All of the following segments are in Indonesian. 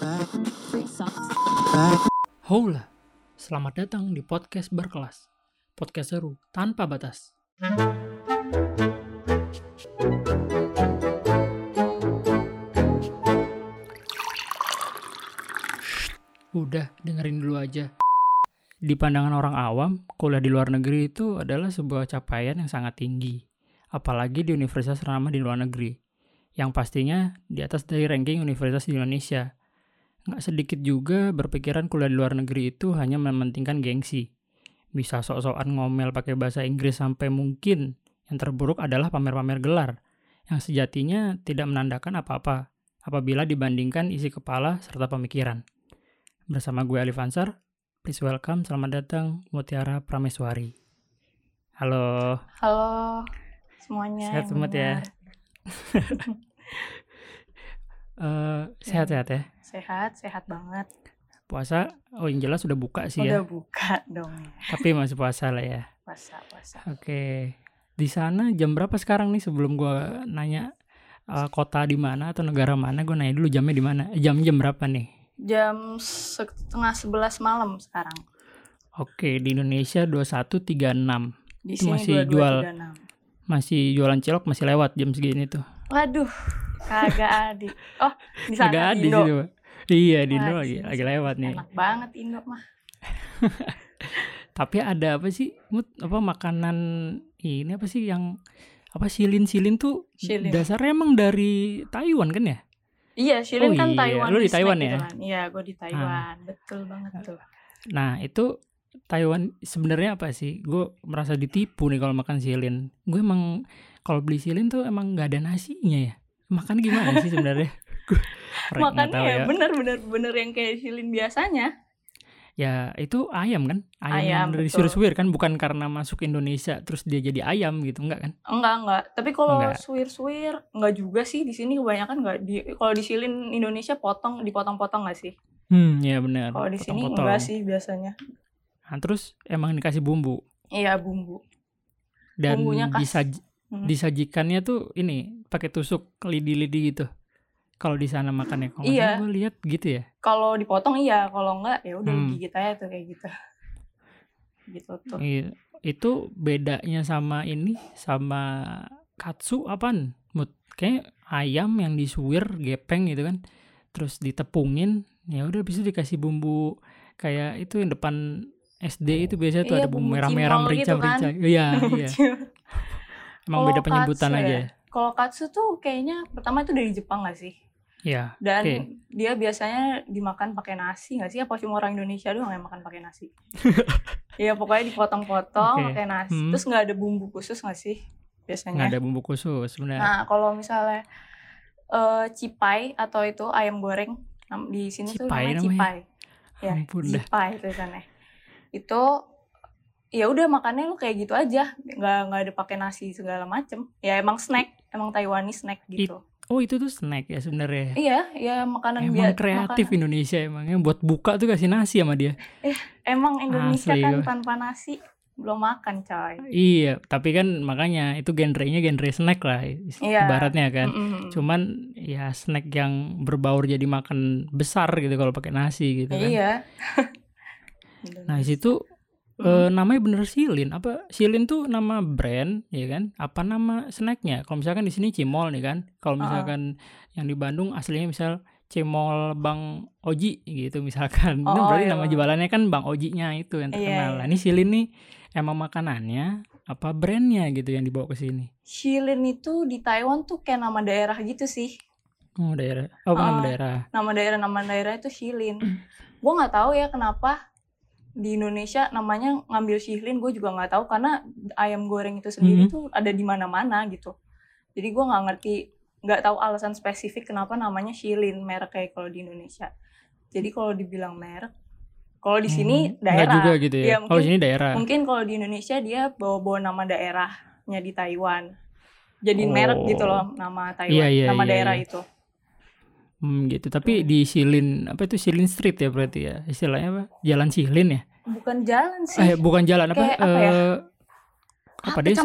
Hola, selamat datang di podcast berkelas. Podcast seru tanpa batas. Udah, dengerin dulu aja. Di pandangan orang awam, kuliah di luar negeri itu adalah sebuah capaian yang sangat tinggi. Apalagi di universitas ternama di luar negeri. Yang pastinya di atas dari ranking universitas di Indonesia. Nggak sedikit juga berpikiran kuliah di luar negeri itu hanya mementingkan gengsi. Bisa sok-sokan ngomel pakai bahasa Inggris sampai mungkin yang terburuk adalah pamer-pamer gelar. Yang sejatinya tidak menandakan apa-apa apabila dibandingkan isi kepala serta pemikiran. Bersama gue Alif Ansar, please welcome, selamat datang Mutiara Prameswari. Halo. Halo semuanya. Sehat semua ya. Sehat-sehat ya? Sehat banget. Puasa, yang jelas sudah buka sih ya. Udah buka dong. Tapi masih puasa lah ya. Puasa. Oke. Di sana jam berapa sekarang nih, sebelum gue nanya kota di mana atau negara mana, gue nanya dulu jamnya di mana. Jam berapa nih? Jam 10:30 malam sekarang. Oke, di Indonesia 21.36. Di itu sini 22.36. Masih jualan cilok masih lewat jam segini tuh. Waduh, kagak adik. Oh, di sana Kagak di Indo. Sih, iya, di Indo lagi lewat nih. Enak banget Indo mah. Tapi ada apa sih? Makanan ini apa sih yang silin tuh? Dasarnya emang dari Taiwan kan ya? Iya, silin kan Taiwan. Lu di Taiwan ya? Gitu kan. Iya, gue di Taiwan. Betul banget tuh. Nah, itu Taiwan sebenarnya apa sih? Gue merasa ditipu nih kalau makan silin. Gue emang kalau beli silin tuh emang nggak ada nasinya ya. Makan gimana sih sebenarnya? Makannya ya bener yang kayak silin biasanya. Ya itu ayam kan? Ayam dari suwir-suwir kan? Bukan karena masuk Indonesia terus dia jadi ayam gitu, enggak kan? Enggak. Tapi kalau suwir-suwir enggak juga sih. Di sini kebanyakan enggak. Kalau di silin Indonesia dipotong-potong nggak sih? Ya benar. Kalau di sini enggak sih biasanya. Nah, terus emang dikasih bumbu? Iya, bumbu. Dan disajikannya tuh ini pakai tusuk lidi-lidi gitu. Kalau di sana makannya, kalau gue lihat gitu ya. Kalau dipotong iya, kalau enggak ya udah digigit aja tuh kayak gitu. Gitu tuh. Itu bedanya sama katsu apaan? Kayak ayam yang disuwir gepeng gitu kan. Terus ditepungin, ya udah bisa dikasih bumbu kayak itu yang depan SD itu biasanya tuh ada bumbu merah-merah merica-merica. Kan? Iya. Emang beda penyebutan aja. Kalau katsu tuh kayaknya pertama itu dari Jepang nggak sih? Iya. Dan dia biasanya dimakan pakai nasi nggak sih? Apa cuma orang Indonesia doang yang makan pakai nasi? Iya, pokoknya dipotong-potong pakai nasi. Terus nggak ada bumbu khusus nggak sih biasanya? Nggak ada bumbu khusus sebenarnya. Nah, kalau misalnya cipai atau itu ayam goreng di sini tuh namanya cipai. Ya, cipai tulisannya. Itu ya udah makannya lu kayak gitu aja, nggak ada pakai nasi segala macem. Ya emang snack, emang Taiwanese snack gitu. Itu tuh snack ya sebenarnya. Iya, ya makanan emang kreatif Indonesia emangnya buat buka tuh kasih nasi sama dia. Emang Indonesia kan tanpa nasi belum makan coy. Iya, tapi kan makanya itu genre snack lah ibaratnya kan. Cuman ya snack yang berbaur jadi makan besar gitu kalau pakai nasi gitu kan. Iya. Nah, di situ namanya bener silin. Apa silin tuh nama brand ya kan? Apa nama snacknya? Kalau misalkan di sini Cimol nih kan. Kalau misalkan yang di Bandung aslinya misal Cimol Bang Oji gitu misalkan. Itu berarti nama jualannya kan Bang Ojinya itu yang terkenal. Nah, ini silin nih emang makanannya apa brandnya gitu yang dibawa ke sini? Silin itu di Taiwan tuh kayak nama daerah gitu sih. Oh, daerah. Nama daerah. Nama daerah itu silin. Gue nggak tahu ya kenapa di Indonesia namanya ngambil silin, gue juga nggak tahu karena ayam goreng itu sendiri tuh ada di mana-mana gitu. Jadi gue nggak tahu alasan spesifik kenapa namanya silin merek kayak kalau di Indonesia. Jadi kalau dibilang merek, kalau di sini daerah. Juga gitu ya. Kalau di sini daerah. Mungkin kalau di Indonesia dia bawa nama daerahnya di Taiwan. Jadi merek gitu loh nama Taiwan, daerah itu. Gitu. Tapi di Silin, apa itu Silin Street ya berarti ya? Istilahnya apa? Jalan Silin ya? Bukan jalan sih. Bukan jalan apa? Apa desa?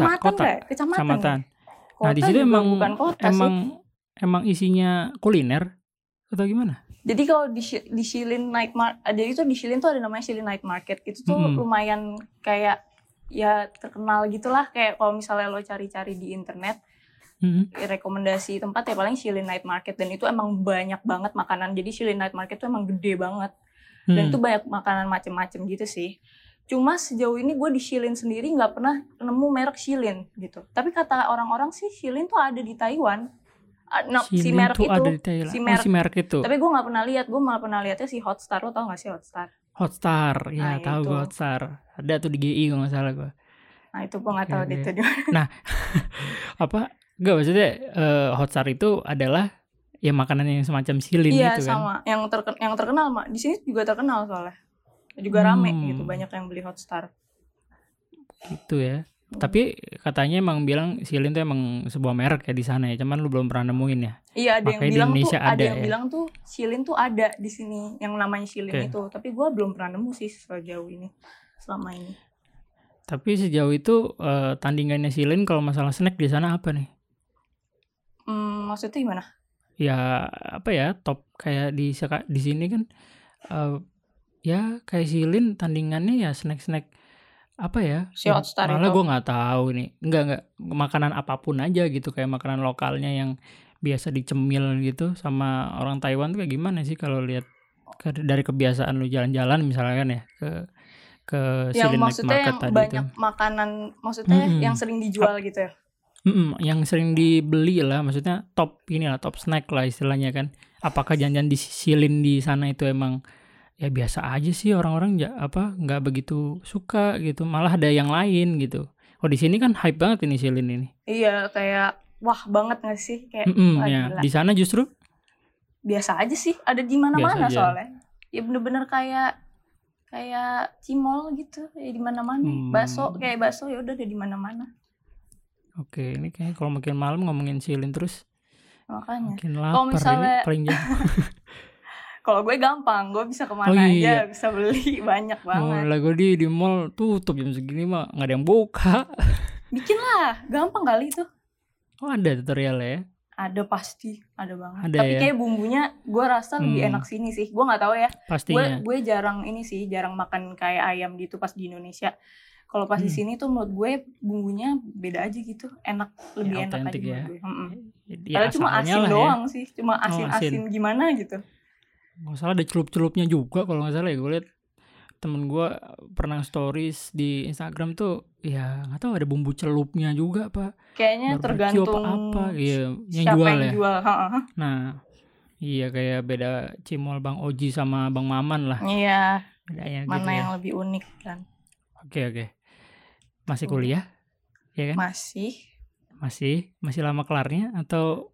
Kecamatan. Nah, di situ emang isinya kuliner. atau gimana? Jadi kalau di Shilin Night Market, jadi itu di Shilin tuh ada namanya Shilin Night Market. Itu tuh lumayan kayak ya terkenal gitulah, kayak kalau misalnya lo cari-cari di internet rekomendasi tempat ya paling Shilin Night Market, dan itu emang banyak banget makanan. Jadi Shilin Night Market tuh emang gede banget. Dan itu banyak makanan macem-macem gitu sih. Cuma sejauh ini gue di Shilin sendiri nggak pernah nemu merek Shilin gitu. Tapi kata orang-orang sih Shilin tuh ada di Taiwan. Si merek itu, si merek itu. Tapi gue nggak pernah lihat. Gue malah pernah lihatnya si Hotstar. Lo tau nggak sih Hotstar? Hotstar, ya tahu gue Hotstar. Ada tuh di GI kalau nggak salah gue. Nah itu gue nggak tahu itu di mana. Nah, apa? Gak maksudnya Hotstar itu adalah ya makanan yang semacam Shilin gitu kan? Iya sama. Yang terkenal di sini juga terkenal soalnya. Juga rame gitu, banyak yang beli Hotstar. Gitu ya. Tapi katanya emang bilang Shilin tuh emang sebuah merek ya di sana ya. Cuman lu belum pernah nemuin ya. Iya, ada yang bilang tuh Shilin tuh ada di sini yang namanya Shilin itu. Tapi gue belum pernah nemu sih sejauh ini, selama ini. Tapi sejauh itu tandingannya Shilin kalau masalah snack di sana apa nih? Maksudnya gimana? Ya apa ya, top kayak di sini kan ya kayak Shilin tandingannya ya snack-snack apa ya? Si Hotstar malah gue nggak tahu nih. Enggak makanan apapun aja gitu, kayak makanan lokalnya yang biasa dicemil gitu sama orang Taiwan tuh kayak gimana sih kalau lihat dari kebiasaan lu jalan-jalan misalnya kan ya ke Shilin Night Market yang tadi banyak tuh. Makanan maksudnya yang sering dijual gitu ya. Yang sering dibeli lah, maksudnya top snack lah istilahnya kan. Apakah jangan di Shilin di sana itu emang ya biasa aja sih, orang-orang nggak begitu suka gitu, malah ada yang lain gitu. Oh di sini kan hype banget ini Shilin ini. Iya kayak wah banget nggak sih kayak. Ya. Di sana justru biasa aja sih, ada di mana-mana soalnya. Ya bener-bener kayak cimol gitu ya di mana-mana. Bakso ya udah ada di mana-mana. Oke, ini kayaknya kalau makin malam ngomongin Shilin terus. Makanya. Makin lapar misalnya, ini paling jauh. Kalau gue gampang, gue bisa kemana aja, bisa beli banyak banget. Lah gue di mall tutup jam segini mah nggak ada yang buka. Bikin lah, gampang kali itu. Oh ada tutorialnya ya? Ada pasti, ada banget. Ada, tapi kayak bumbunya gue rasa lebih enak sini sih. Gue nggak tahu ya. Pastinya. Gue jarang makan kayak ayam gitu pas di Indonesia. Kalau pas di sini tuh menurut gue bumbunya beda aja gitu, enak, lebih enak aja ya. menurut gue. Padahal cuma asin doang ya. Sih, cuma asin gimana gitu. Nggak salah ada celup-celupnya juga kalau nggak salah ya. Gue liat temen gue pernah stories di Instagram tuh, ya nggak tahu ada bumbu celupnya juga pak. Kayaknya tergantung apa ya, siapa jual yang ya. Jual. Nah, iya kayak beda cimol Bang Oji sama Bang Maman lah. Iya. Bedanya mana gitu yang ya. lebih unik kan? Oke. Masih kuliah, ya kan? Masih lama kelarnya atau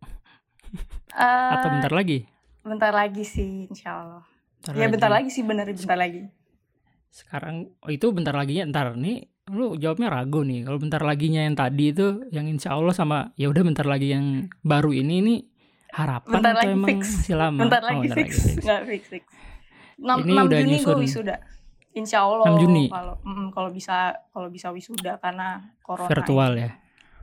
bentar lagi? Bentar lagi sih, insya Allah. Bentar lagi sih, bentar lagi. Sekarang, itu bentar laginya ntar nih, lu jawabnya ragu nih. Kalau bentar laginya yang tadi itu, yang insya Allah sama, ya udah bentar lagi yang baru ini harapan bentar atau emang fix. masih lama? Bentar lagi fix. Nggak fix. 6 Juni gue wisuda. Insya Allah 6 Juni. Kalau bisa wisuda karena corona virtual ini. Ya.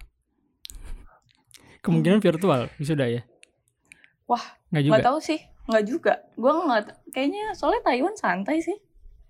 Kemungkinan virtual wisuda ya. Wah, nggak tahu sih, nggak juga. Gue nggak, kayaknya soalnya Taiwan santai sih.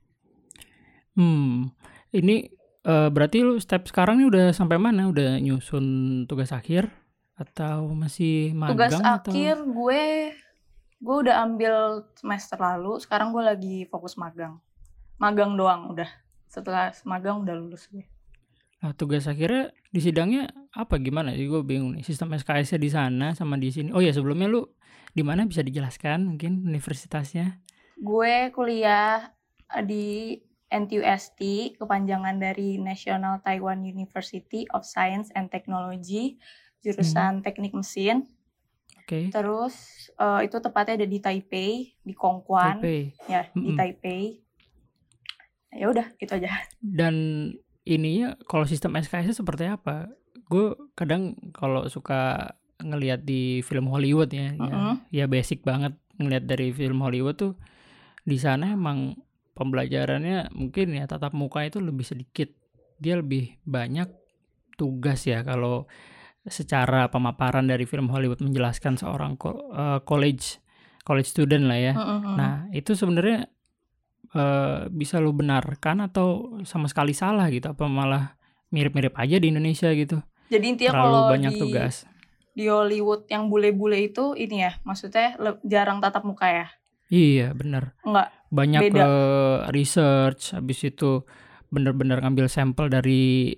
Ini berarti lu step sekarang nih udah sampai mana? Udah nyusun tugas akhir atau masih magang? Tugas akhir gue udah ambil semester lalu. Sekarang gue lagi fokus magang doang udah. Setelah magang udah lulus gue. Nah, tugas akhirnya di sidangnya apa gimana? Jadi gue bingung nih, sistem SKS-nya di sana sama di sini. Oh ya, sebelumnya lu di mana bisa dijelaskan mungkin universitasnya? Gue kuliah di NTUST, kepanjangan dari National Taiwan University of Science and Technology, jurusan Teknik Mesin. Oke. Terus itu tepatnya ada di Taipei, di Kongguan. Ya, di Taipei. Ya udah, gitu aja. Dan ininya kalau sistem SKS seperti apa? Gue kadang kalau suka ngelihat di film Hollywood ya basic banget ngelihat dari film Hollywood tuh, di sana emang pembelajarannya mungkin ya tatap muka itu lebih sedikit, dia lebih banyak tugas ya. Kalau secara pemaparan dari film Hollywood menjelaskan seorang college college student lah ya. Nah, itu sebenarnya bisa lu benarkan atau sama sekali salah gitu? Apa malah mirip-mirip aja di Indonesia gitu? Jadi intinya Terlalu kalau banyak tugas. Di Hollywood yang bule-bule itu ini ya, maksudnya jarang tatap muka ya? Iya, benar. Enggak, Banyak beda. research, habis itu benar-benar ngambil sampel dari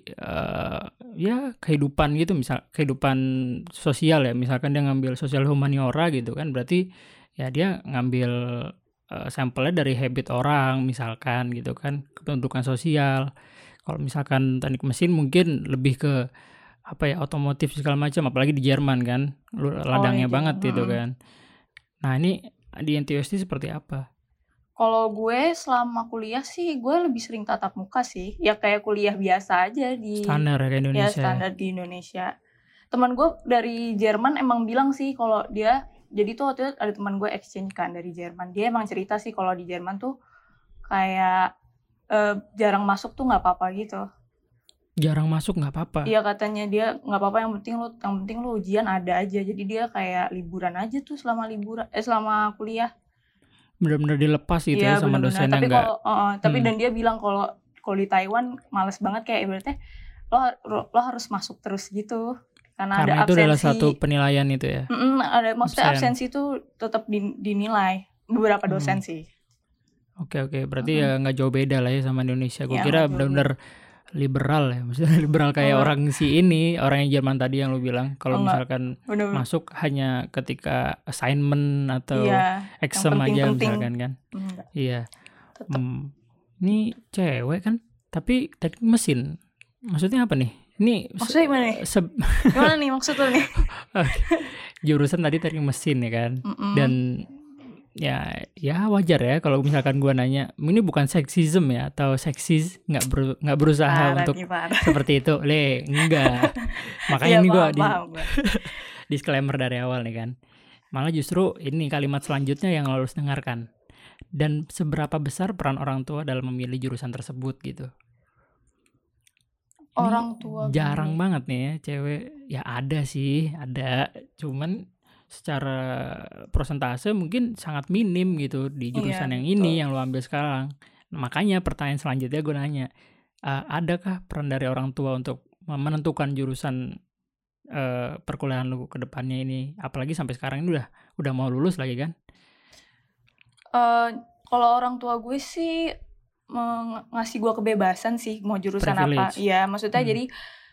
ya kehidupan gitu, misal kehidupan sosial ya, misalkan dia ngambil sosial humaniora gitu kan, berarti ya dia ngambil sampelnya dari habit orang misalkan gitu kan, kependudukan sosial. Kalau misalkan teknik mesin mungkin lebih ke apa ya, otomotif segala macam, apalagi di Jerman kan, ladangnya banget gitu kan. Nah, ini di NTUSD seperti apa? Kalau gue selama kuliah sih gue lebih sering tatap muka sih. Ya kayak kuliah biasa aja di Standar ya kayak Indonesia. Ya standar di Indonesia. Teman gue dari Jerman emang bilang sih kalau dia, jadi tuh waktu itu ada teman gue exchange kan dari Jerman. Dia emang cerita sih kalau di Jerman tuh kayak jarang masuk tuh nggak apa-apa gitu. Jarang masuk nggak apa-apa? Iya, katanya dia nggak apa-apa, yang penting lu ujian ada aja. Jadi dia kayak liburan aja tuh selama kuliah. Benar-benar dilepas gitu ya sama bener-bener. dosennya. Tapi kalau dan dia bilang kalau di Taiwan males banget, kayak ibaratnya lo harus masuk terus gitu karena ada itu absensi. adalah satu penilaian itu ya. Ada, maksudnya absensi itu tetap dinilai beberapa dosen sih. Oke, berarti ya nggak jauh beda lah ya sama Indonesia. Gue Ya, kira benar-benar liberal ya, maksudnya liberal kayak orang orang yang Jerman tadi yang lu bilang, kalau misalkan masuk hanya ketika assignment atau exam aja misalkan kan. Iya. Ini cewek kan, tapi teknik mesin. Maksudnya apa nih? Ini maksudnya gimana nih? Gimana nih maksud lu nih? Jurusan tadi teknik mesin ya kan. Dan ya wajar ya kalau misalkan gua nanya, ini bukan seksisme ya atau seksis, nggak berusaha untuk seperti itu, enggak. Makanya ini gua disclaimer dari awal nih kan. Malah justru ini kalimat selanjutnya yang lo harus dengarkan. Dan seberapa besar peran orang tua dalam memilih jurusan tersebut gitu. Orang tua jarang banget nih ya cewek. Ya ada sih, cuman secara persentase mungkin sangat minim gitu di jurusan yang ini yang lo ambil sekarang. Makanya pertanyaan selanjutnya gue nanya, adakah peran dari orang tua untuk menentukan jurusan perkuliahan lo ke depannya ini? Apalagi sampai sekarang ini udah mau lulus lagi kan? Kalau orang tua gue sih ngasih gue kebebasan sih mau jurusan privilege. apa. Iya, maksudnya jadi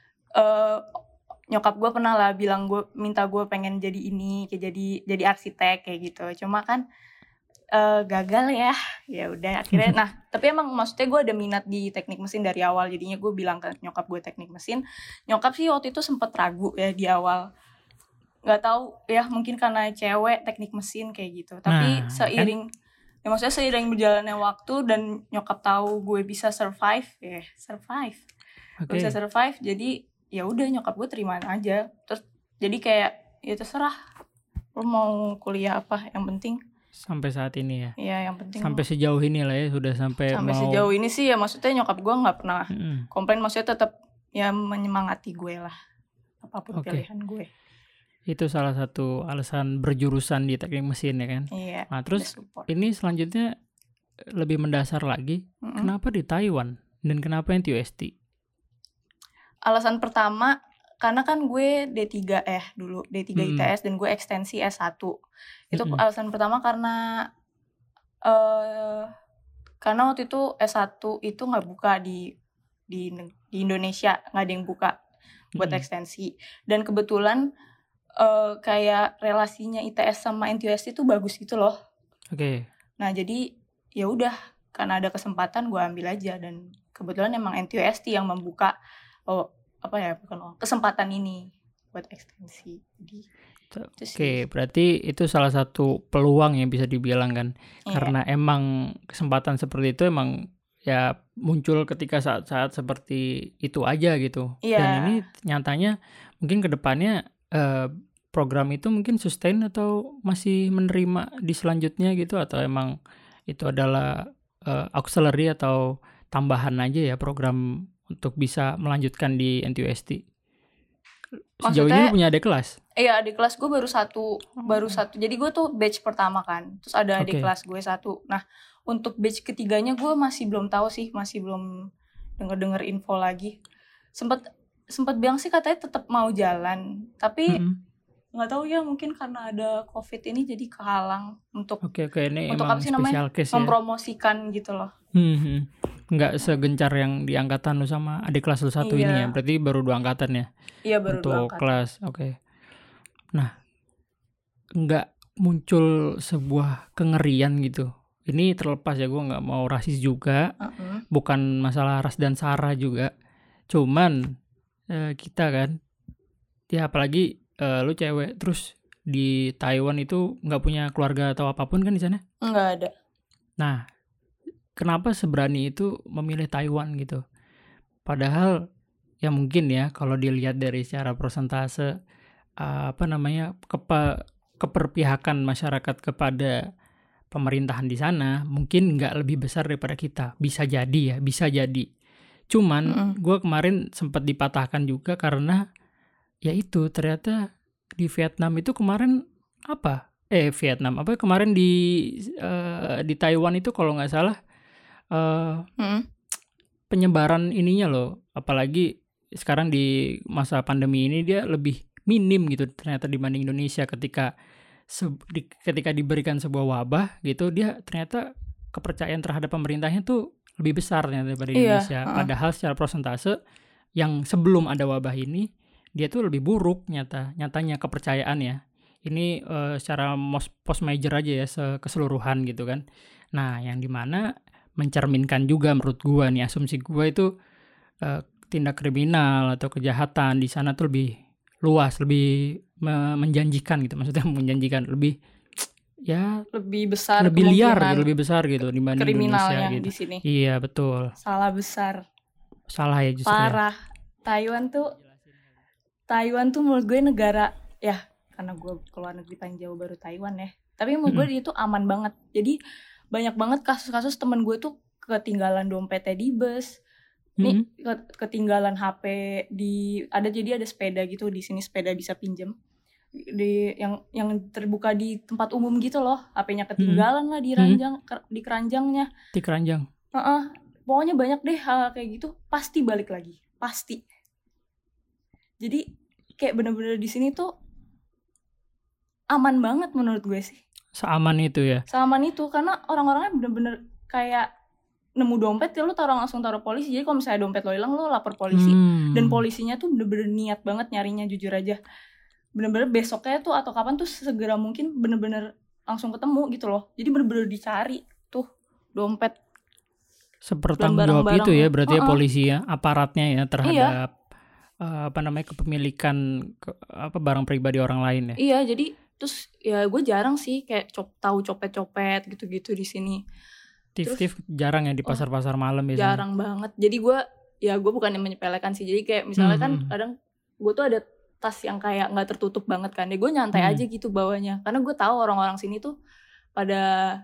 nyokap gue pernah lah bilang minta gue pengen jadi ini, kayak jadi arsitek kayak gitu. Cuma kan gagal ya. Ya udah akhirnya. Nah, tapi emang maksudnya gue ada minat di teknik mesin dari awal. Jadinya gue bilang ke nyokap gue teknik mesin. Nyokap sih waktu itu sempet ragu ya di awal. Nggak tahu ya, mungkin karena cewek teknik mesin kayak gitu. Tapi seiring ya maksudnya seiring berjalannya waktu dan nyokap tahu gue bisa survive. Gue bisa survive, jadi ya udah nyokap gue terimaan aja. Terus jadi kayak ya terserah lo mau kuliah apa, yang penting sampai saat ini ya. Iya, yang penting sampai sejauh ini lah ya, sudah sampai sejauh ini sih ya, maksudnya nyokap gue nggak pernah komplain, maksudnya tetap ya menyemangati gue lah apapun pilihan gue. Itu salah satu alasan berjurusan di teknik mesin ya kan. Iya. Nah terus ini selanjutnya lebih mendasar lagi, kenapa di Taiwan dan kenapa NTUSD? Alasan pertama, karena kan gue D3 dulu, D3 ITS dan gue ekstensi S1. Itu alasan pertama karena waktu itu S1 itu nggak buka di Indonesia, nggak ada yang buka buat ekstensi. Dan kebetulan kayak relasinya ITS sama NTUSD itu bagus gitu loh. Nah jadi ya udah, karena ada kesempatan gue ambil aja, dan kebetulan emang NTUSD yang membuka kesempatan ini buat ekstensi. Berarti itu salah satu peluang yang bisa dibilang kan. Karena emang kesempatan seperti itu emang ya muncul ketika saat-saat seperti itu aja gitu. Dan ini nyatanya mungkin kedepannya program itu mungkin sustain atau masih menerima di selanjutnya gitu, atau emang itu adalah auxiliary atau tambahan aja ya program untuk bisa melanjutkan di NTUSD. Sejauh ini punya adik kelas? Iya, adik kelas gue baru satu. Jadi gue tuh batch pertama kan. Terus ada adik Oke. kelas gue satu. Nah, untuk batch ketiganya gue masih belum tahu sih, masih belum denger info lagi. Sempet bilang sih katanya tetap mau jalan, tapi nggak tahu ya, mungkin karena ada COVID ini jadi kehalang untuk Oke, ini untuk emang apa sih namanya, special case ya. mempromosikan gitu loh. Nggak segencar yang di angkatan lu sama adik kelas lu satu Iya. ini ya. Berarti baru 2 angkatan ya Iya, baru 2 untuk angkatan. kelas. Oke. Nah, nggak muncul sebuah kengerian gitu. Ini terlepas ya, gue nggak mau rasis juga, bukan masalah ras dan sara juga. Cuman kita kan, ya apalagi lu cewek, terus di Taiwan itu nggak punya keluarga atau apapun kan di sana? Nggak ada. Nah, kenapa seberani itu memilih Taiwan gitu? Padahal ya mungkin ya kalau dilihat dari secara persentase keperpihakan masyarakat kepada pemerintahan di sana mungkin nggak lebih besar daripada kita. Bisa jadi ya, bisa jadi. Cuman gue kemarin sempat dipatahkan juga karena ya itu ternyata di Vietnam itu kemarin kemarin di Taiwan itu kalau nggak salah penyebaran ininya loh, apalagi sekarang di masa pandemi ini dia lebih minim gitu ternyata dibanding Indonesia. Ketika diberikan sebuah wabah gitu, dia ternyata kepercayaan terhadap pemerintahnya tuh lebih besar ternyata daripada Indonesia. Padahal secara persentase yang sebelum ada wabah ini dia tuh lebih buruk nyatanya kepercayaannya. Ini secara post major aja ya, keseluruhan gitu kan. Nah, yang dimana mencerminkan juga menurut gua nih, asumsi gua itu tindak kriminal atau kejahatan di sana tuh lebih luas, lebih menjanjikan gitu. Maksudnya menjanjikan lebih besar, lebih liar gitu, lebih besar gitu dibanding Indonesia gitu. Di sini. Iya, betul. Salah besar. Salah ya justru. Parah. Ya. Taiwan tuh menurut gue negara ya, karena gue keluar negeri paling jauh baru Taiwan ya. Tapi menurut gue dia tuh aman banget. Jadi banyak banget kasus-kasus temen gue tuh ketinggalan dompetnya di bus. Nih ketinggalan HP jadi ada sepeda gitu di sini, sepeda bisa pinjem yang terbuka di tempat umum gitu loh, HP-nya ketinggalan lah di keranjangnya. Di keranjang. Pokoknya banyak deh hal kayak gitu, pasti balik lagi, pasti. Jadi kayak bener-bener di sini tuh aman banget menurut gue sih. Seaman itu ya. Seaman itu karena orang-orangnya bener-bener kayak nemu dompet ya lu langsung taruh polisi. Jadi kalau misalnya dompet lo hilang, lo lapor polisi. Dan polisinya tuh bener-bener niat banget nyarinya, jujur aja. Bener-bener besoknya tuh atau kapan tuh segera mungkin bener-bener langsung ketemu gitu loh. Jadi bener-bener dicari tuh dompet. Sepertanggung jawab itu ya berarti ya polisi ya, aparatnya ya terhadap kepemilikan barang pribadi orang lain ya. Iya, jadi terus ya gue jarang sih kayak tahu copet-copet gitu-gitu di sini. Tif jarang ya di pasar-pasar malam biasanya. Jarang banget. Jadi gue bukan yang menyepelekan sih. Jadi kayak misalnya kan kadang gue tuh ada tas yang kayak nggak tertutup banget kan. Gue nyantai aja gitu bawanya. Karena gue tahu orang-orang sini tuh pada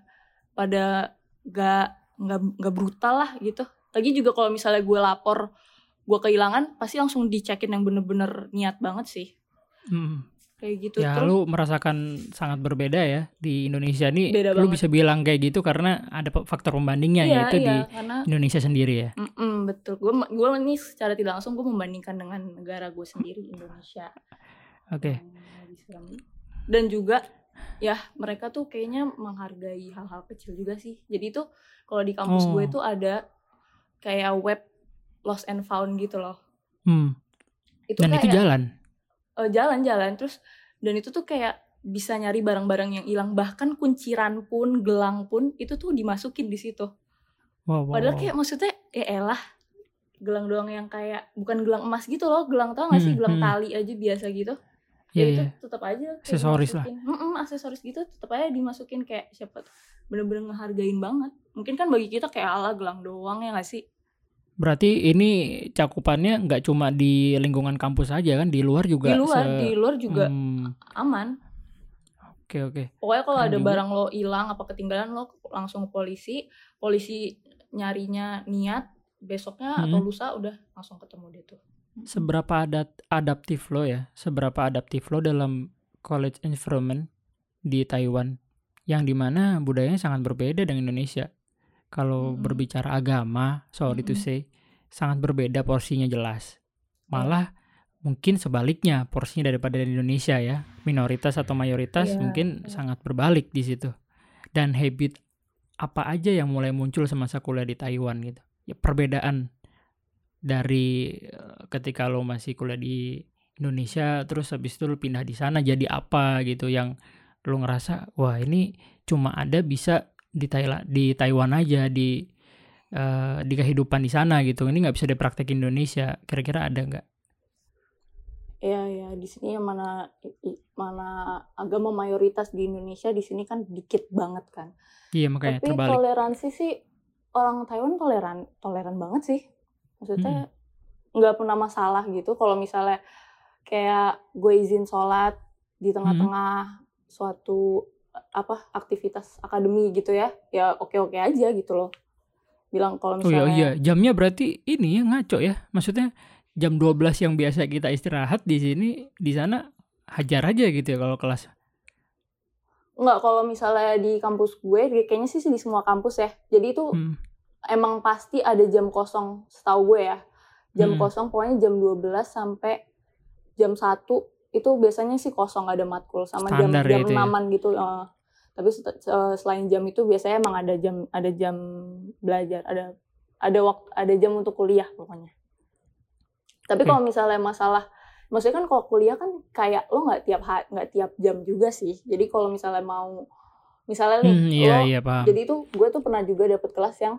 nggak brutal lah gitu. Lagi juga kalau misalnya gue lapor gue kehilangan, pasti langsung dicekin yang bener-bener niat banget sih. Kayak gitu. Ya terus, lu merasakan sangat berbeda ya di Indonesia nih. Lu banget. bisa bilang kayak gitu karena ada faktor pembandingnya yaitu di Indonesia sendiri ya. Betul. Gue nih secara tidak langsung gue membandingkan dengan negara gue sendiri, Indonesia. Oke. Dan juga ya mereka tuh kayaknya menghargai hal-hal kecil juga sih. Jadi tuh kalau di kampus gue tuh ada kayak web lost and found gitu loh. Dan itu jalan. Jalan terus, dan itu tuh kayak bisa nyari barang-barang yang hilang, bahkan kunciran pun, gelang pun itu tuh dimasukin di situ. Wow. Padahal kayak maksudnya elah gelang doang yang kayak bukan gelang emas gitu loh, gelang tau gak sih gelang tali aja biasa gitu. Ya itu tetap aja aksesoris lah. Aksesoris gitu tetap aja dimasukin, kayak siapa bener-bener ngehargain banget. Mungkin kan bagi kita kayak ala gelang doang ya gak sih. Berarti ini cakupannya nggak cuma di lingkungan kampus aja kan, di luar juga. Di luar juga aman. Oke. Pokoknya kalau ada barang lo hilang apa ketinggalan, lo langsung ke polisi nyarinya niat, besoknya atau lusa udah langsung ketemu deh tuh. seberapa adaptif lo ya, seberapa adaptif lo dalam college environment di Taiwan, yang dimana budayanya sangat berbeda dengan Indonesia. Kalau berbicara agama, sorry to say, sangat berbeda porsinya jelas. Malah mungkin sebaliknya porsinya daripada di Indonesia ya, minoritas atau mayoritas mungkin sangat berbalik di situ. Dan habit apa aja yang mulai muncul semasa kuliah di Taiwan gitu. Ya, perbedaan dari ketika lo masih kuliah di Indonesia terus habis itu lo pindah di sana jadi apa gitu yang lo ngerasa wah ini cuma ada bisa di Taiwan aja di kehidupan di sana gitu, ini nggak bisa dipraktekin Indonesia, kira-kira ada nggak? Ya di sini mana agama mayoritas di Indonesia, di sini kan dikit banget kan. Iya makanya tapi terbalik. Toleransi sih orang Taiwan toleran banget sih, maksudnya nggak pernah masalah gitu. Kalau misalnya kayak gue izin sholat di tengah-tengah suatu aktivitas akademi gitu ya oke aja gitu loh. Bilang kalau misalnya iya jamnya berarti ini ya ngaco ya, maksudnya jam 12 yang biasa kita istirahat di sini, di sana hajar aja gitu ya kalau kelas. Enggak, kalau misalnya di kampus gue kayaknya sih di semua kampus ya, jadi itu emang pasti ada jam kosong setahu gue ya, jam kosong pokoknya jam 12 sampai jam 1 itu biasanya sih kosong, gak ada matkul sama standar jam 6-an ya? Gitu. Tapi selain jam itu biasanya emang ada jam belajar, ada jam untuk kuliah pokoknya. Tapi kalau misalnya masalah, maksudnya kan kalau kuliah kan kayak lo nggak tiap jam juga sih. Jadi kalau misalnya mau misalnya nih jadi itu gue tuh pernah juga dapet kelas yang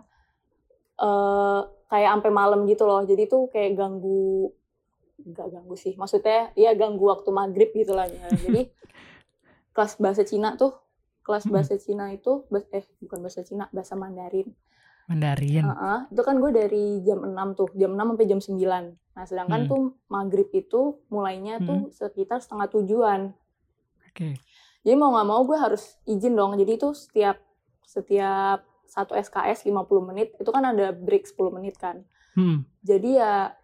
kayak sampai malam gitu loh. Jadi tuh kayak nggak ganggu sih, maksudnya ya ganggu waktu maghrib gitu lah ya. Jadi kelas bahasa Cina tuh, bahasa Cina itu bukan bahasa Cina, bahasa Mandarin. Itu kan gue dari jam 6 tuh, jam 6 sampai jam 9. Nah sedangkan tuh maghrib itu mulainya tuh sekitar 6:30. Jadi mau gak mau gue harus izin dong. Jadi itu setiap satu SKS 50 menit itu kan ada break 10 menit kan. Jadi ya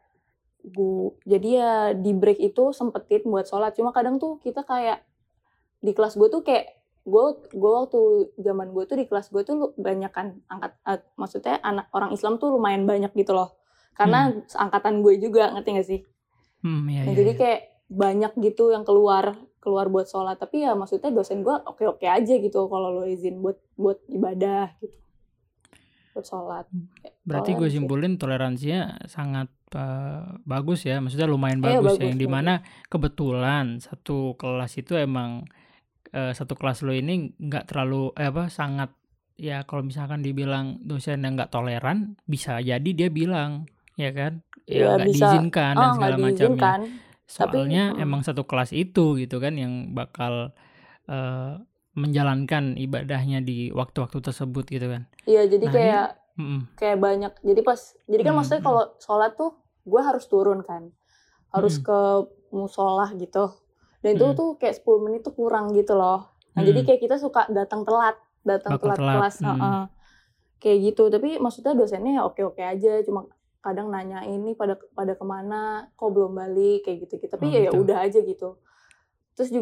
di break itu sempetin buat sholat. Cuma kadang tuh kita kayak di kelas gue tuh kayak gue waktu zaman gue tuh di kelas gue tuh banyak kan maksudnya anak orang Islam tuh lumayan banyak gitu loh, karena angkatan gue juga, ngerti gak sih? Jadi kayak banyak gitu yang keluar buat sholat. Tapi ya maksudnya dosen gue oke aja gitu kalau lo izin buat ibadah gitu, buat sholat. Berarti gue simpulin toleransinya sangat bagus ya, maksudnya lumayan bagus ya, yang dimana kebetulan satu kelas itu emang satu kelas lo ini nggak terlalu sangat ya, kalau misalkan dibilang dosen yang nggak toleran bisa jadi dia bilang ya kan ya nggak diizinkan dan segala macamnya. Soalnya emang satu kelas itu gitu kan yang bakal menjalankan ibadahnya di waktu-waktu tersebut gitu kan. Iya jadi kayak banyak, jadi kan maksudnya kalau sholat tuh gue harus turun kan, harus ke musolah gitu. Dan itu tuh kayak 10 menit tuh kurang gitu loh. Nah jadi kayak kita suka datang telat kelas. Kayak gitu. Tapi maksudnya dosennya ya oke aja. Cuma kadang nanya ini pada kemana, kok belum balik, kayak gitu. Tapi ya udah aja gitu. Terus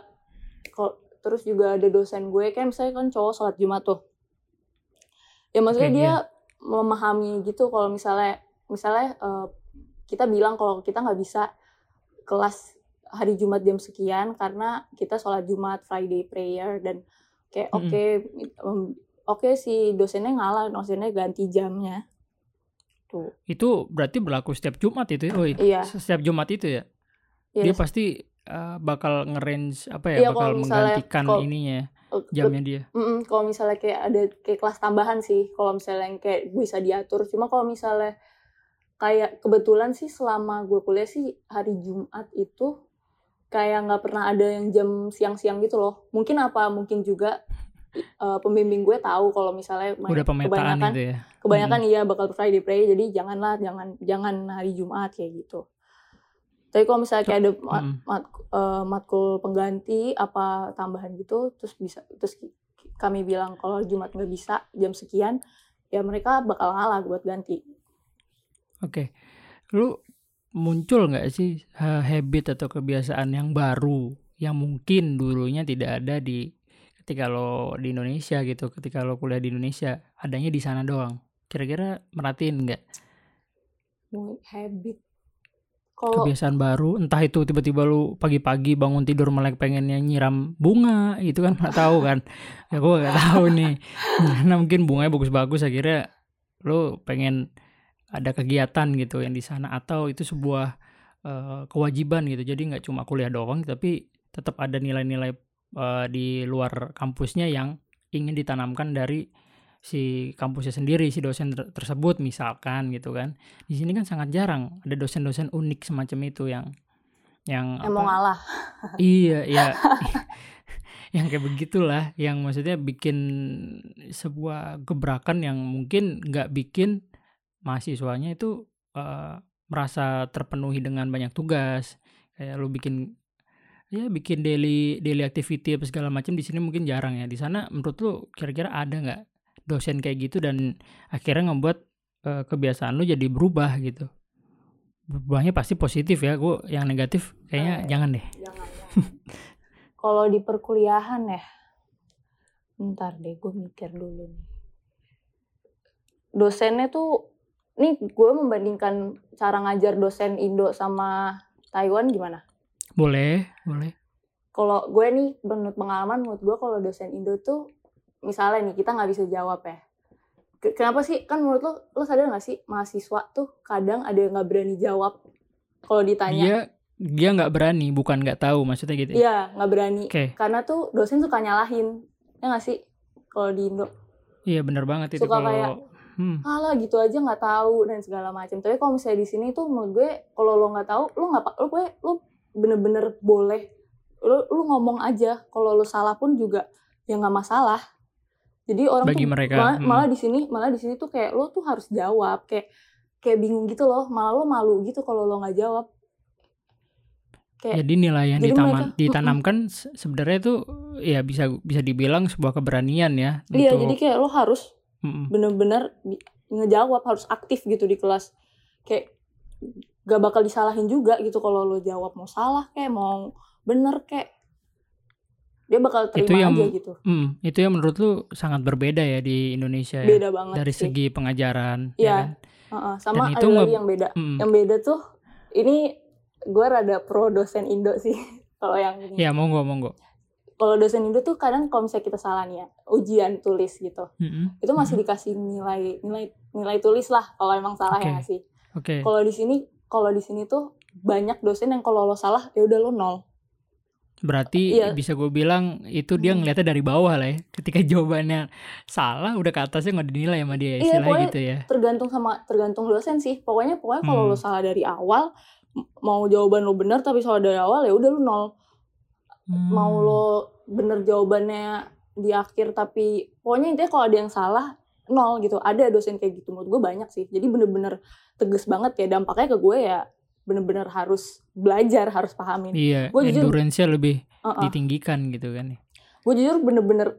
juga ada dosen gue kan, misalnya kan cowok sholat Jumat tuh. Ya maksudnya dia memahami gitu kalau misalnya kita bilang kalau kita nggak bisa kelas hari Jumat jam sekian karena kita sholat Jumat Friday prayer, dan kayak oke si dosennya ngalah, dosennya ganti jamnya tuh. Itu berarti berlaku setiap Jumat itu ya? Setiap Jumat itu ya? Dia pasti bakal nge-range bakal menggantikan ininya jamnya dia. Kalau misalnya kayak ada kayak kelas tambahan sih, kalau misalnya yang kayak bisa diatur. Cuma kalau misalnya kayak kebetulan sih selama gue kuliah sih hari Jumat itu kayak nggak pernah ada yang jam siang-siang gitu loh. Mungkin juga pembimbing gue tahu kalau misalnya udah pemetaan itu ya. Kebanyakan iya bakal Friday prayer, jadi jangan hari Jumat kayak gitu. Tapi kalau misalnya kayak ada matkul pengganti apa tambahan gitu, terus kami bilang kalau Jumat nggak bisa jam sekian, ya mereka bakal ngalah buat ganti. Oke. Lu muncul nggak sih habit atau kebiasaan yang baru yang mungkin dulunya tidak ada ketika lo di Indonesia gitu, ketika lo kuliah di Indonesia, adanya di sana doang. Kira-kira merhatiin nggak habit? Kalau kebiasaan baru, entah itu tiba-tiba lu pagi-pagi bangun tidur melek pengennya nyiram bunga, itu kan nggak tahu kan. Ya gue nggak tahu nih. Karena mungkin bunganya bagus-bagus, akhirnya lu pengen ada kegiatan gitu yang di sana, atau itu sebuah kewajiban gitu. Jadi nggak cuma kuliah doang, tapi tetap ada nilai-nilai di luar kampusnya yang ingin ditanamkan dari si kampusnya sendiri, si dosen tersebut misalkan gitu kan. Di sini kan sangat jarang ada dosen-dosen unik semacam itu yang emang ngalah. Iya, ya. Yang kayak begitulah, yang maksudnya bikin sebuah gebrakan yang mungkin nggak bikin mahasiswanya itu merasa terpenuhi dengan banyak tugas. Kayak lu bikin daily activity apa segala macam, di sini mungkin jarang ya. Di sana menurut lu kira-kira ada nggak dosen kayak gitu dan akhirnya ngebuat kebiasaan lu jadi berubah gitu? Berubahnya pasti positif ya. Gue yang negatif kayaknya jangan deh. Jangan. Kalau di perkuliahan ya, bentar deh gue mikir dulu nih. Dosennya tuh, nih gue membandingkan cara ngajar dosen Indo sama Taiwan gimana? Boleh. Kalau gue nih, menurut pengalaman, menurut gue kalau dosen Indo tuh, misalnya nih kita nggak bisa jawab ya. Kenapa sih? Kan menurut lo sadar nggak sih mahasiswa tuh kadang ada yang nggak berani jawab kalau ditanya. Dia nggak berani, bukan nggak tahu maksudnya gitu. Iya, nggak berani. Okay. Karena tuh dosen suka nyalahin, ya nggak sih? Kalau di Indo. Iya benar banget itu. Suka kayak, alah gitu aja nggak tahu dan segala macam. Tapi kalau misalnya di sini tuh menurut gue, kalau lo nggak tahu, lo bener-bener boleh, lo ngomong aja. Kalau lo salah pun juga ya nggak masalah. Jadi orang bagi tuh mereka, malah di sini tuh kayak lo tuh harus jawab, kayak bingung gitu loh. Malah lo malu gitu kalau lo nggak jawab. Jadi nilai yang ditanamkan sebenarnya itu ya bisa dibilang sebuah keberanian ya. Iya, jadi kayak lo harus bener-bener ngejawab, harus aktif gitu di kelas. Kayak gak bakal disalahin juga gitu kalau lo jawab, mau salah kayak mau bener kayak dia bakal terima aja gitu. Itu yang menurut lu sangat berbeda ya di Indonesia ya. Beda banget dari sih. segi pengajaran. Iya. Ya kan? Sama ada lagi yang beda. Yang beda tuh ini gue rada pro dosen Indo sih kalau yang ini. Ya monggo. Kalau dosen Indo tuh kadang kalau misalnya kita salah nih ya, ujian tulis gitu, itu masih dikasih nilai tulis lah kalau emang salah ya nggak sih. Kalau di sini tuh banyak dosen yang kalau lo salah ya udah lo 0. Berarti bisa gue bilang itu dia ngeliatnya dari bawah lah ya. Ketika jawabannya salah udah ke atasnya nggak dinilai sama dia, istilahnya gitu ya. Tergantung dosen sih. Pokoknya kalau lo salah dari awal, mau jawaban lo benar tapi salah dari awal ya udah lo 0. Mau lo bener jawabannya di akhir tapi pokoknya intinya kalau ada yang salah 0 gitu. Ada dosen kayak gitu, menurut gue banyak sih. Jadi bener-bener tegas banget ya, dampaknya ke gue ya bener-bener harus belajar, harus pahamin. Iya, endurance-nya lebih ditinggikan gitu kan. Gue jujur bener-bener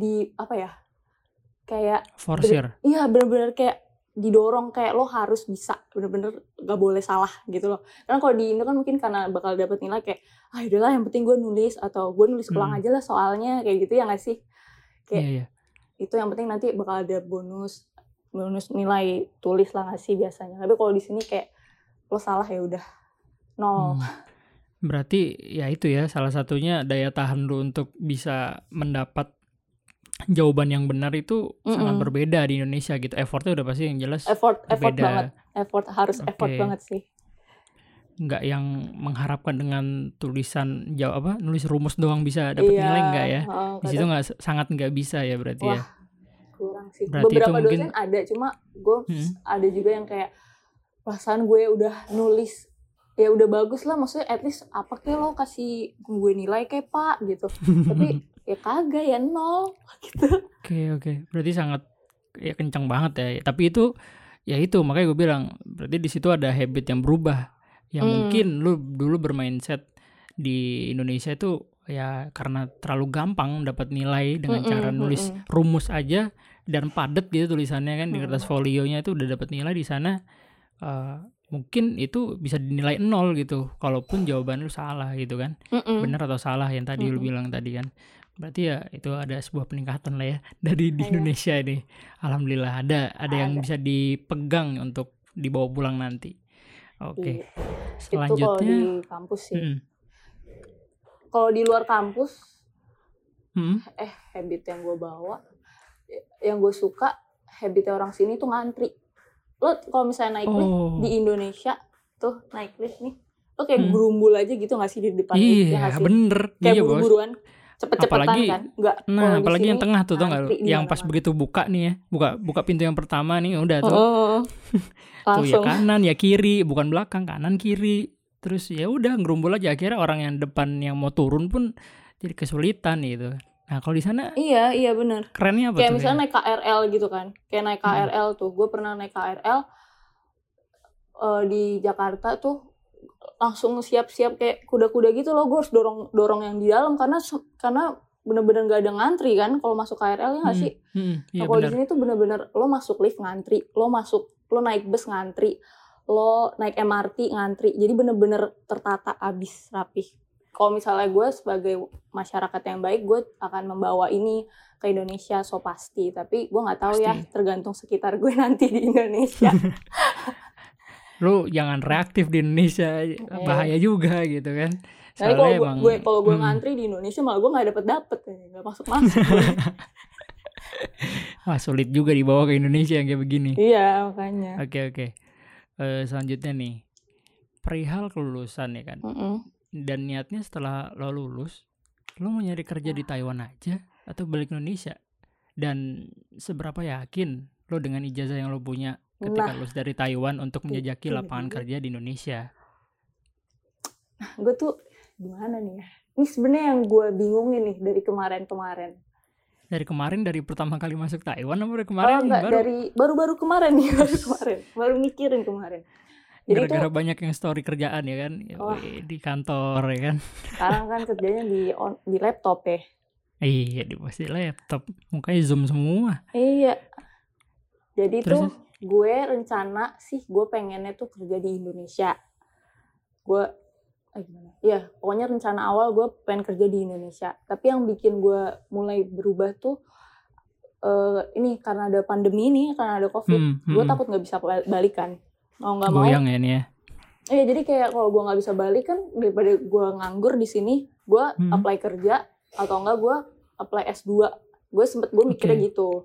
kayak forsir. Iya, bener-bener kayak didorong, kayak lo harus bisa, bener-bener gak boleh salah gitu loh. Karena kalau di Indo kan mungkin karena bakal dapet nilai kayak yaudahlah yang penting gue nulis, atau gue nulis ulang aja lah soalnya, kayak gitu ya gak sih? Kayak itu yang penting nanti bakal ada bonus nilai tulis lah gak sih biasanya. Tapi kalau di sini kayak lo salah ya udah 0. Berarti ya itu ya salah satunya daya tahan lo untuk bisa mendapat jawaban yang benar itu sangat berbeda di Indonesia gitu. Effortnya udah pasti yang jelas effort banget. Effort banget sih. Nggak yang mengharapkan dengan tulisan nulis rumus doang bisa dapat nilai, enggak ya. Di situ sangat nggak bisa ya berarti. Wah, kurang sih. Berarti beberapa dosen ada, cuma gue ada juga yang kayak perasaan gue udah nulis ya udah bagus lah, maksudnya at least apa kayak lo kasih gue nilai kayak Pak gitu. Tapi ya kagak ya 0 gitu. Oke. Berarti sangat ya kencang banget ya. Tapi itu makanya gue bilang berarti di situ ada habit yang berubah. Yang mungkin lu dulu bermindset di Indonesia itu ya karena terlalu gampang dapat nilai dengan cara nulis rumus aja dan padat gitu tulisannya kan di kertas folionya itu udah dapat nilai. Di sana mungkin itu bisa dinilai 0 gitu kalaupun jawaban lu salah gitu kan. Benar atau salah yang tadi lu bilang tadi kan. Berarti ya itu ada sebuah peningkatan lah ya dari di Iya. Indonesia ini. Alhamdulillah ada yang Ada. bisa dipegang untuk dibawa pulang nanti. Oke. Iya. Itu kalau Selanjutnya di kampus sih. Kalau di luar kampus, habit yang gue bawa, yang gue suka habitnya orang sini tuh ngantri. Lo kalau misalnya naik lift di Indonesia tuh naik lift nih, lo kayak gerumbul aja gitu nggak sih di depan lift? Iya bener. Kayak iya, buru-buruan, cepet-cepetan apalagi, kan? Nggak. Nah apalagi yang tengah tuh tau nggak? ngantri di Yang pas mana-mana. begitu buka nih ya, buka pintu yang pertama nih udah tuh. Tuh ya Langsung. kanan ya kiri, bukan belakang, kanan kiri. Terus ya udah gerumbul aja, akhirnya orang yang depan yang mau turun pun jadi kesulitan gitu. Nah kalau di sana Iya bener. kerennya apa Kayak tuh? misalnya naik KRL gitu kan. Kayak naik KRL tuh. Gue pernah naik KRL di Jakarta tuh langsung siap-siap kayak kuda-kuda gitu loh. Gue harus dorong yang di dalam karena bener-bener gak ada ngantri kan kalau masuk KRL ya nggak sih? Iya, Nah, kalau di benar. sini tuh bener-bener lo masuk lift ngantri, lo naik bus ngantri, lo naik MRT ngantri. Jadi bener-bener tertata abis rapih. Kalau misalnya gue sebagai masyarakat yang baik, gue akan membawa ini ke Indonesia so pasti. Tapi gue nggak tahu ya, tergantung sekitar gue nanti di Indonesia. Lu jangan reaktif di Indonesia, bahaya juga gitu kan. Jadi kalau gue ngantri di Indonesia malah gue nggak dapet, nggak masuk. Wah sulit juga dibawa ke Indonesia yang kayak begini. Iya makanya. Oke. Selanjutnya nih, perihal kelulusan ya kan. Dan niatnya setelah lo lulus, lo mau nyari kerja di Taiwan aja atau balik Indonesia? Dan seberapa yakin lo dengan ijazah yang lo punya ketika lulus dari Taiwan untuk menjajaki lapangan kerja di Indonesia? Gue tuh gimana nih ya? Ini sebenarnya yang gue bingungin nih dari kemarin-kemarin. Dari pertama kali masuk Taiwan apa dari kemarin? Baru kemarin nih, baru mikirin kemarin. Jadi gara-gara banyak yang story kerjaan ya kan, di kantor ya kan. Sekarang kan kerjanya di laptop ya. Iya, di pasti laptop, mukanya zoom semua. Iya. Jadi terus, tuh gue rencana sih gue pengennya tuh kerja di Indonesia. Gimana? Ya, pokoknya rencana awal gue pengen kerja di Indonesia. Tapi yang bikin gue mulai berubah tuh ini karena ada pandemi ini, karena ada COVID. Gue takut nggak bisa balik kan. Mau nggak mau. Goyang ya ini ya. Iya, jadi kayak kalau gue nggak bisa balik kan daripada gue nganggur di sini, gue apply kerja atau enggak gue apply S2. Gue mikirnya gitu.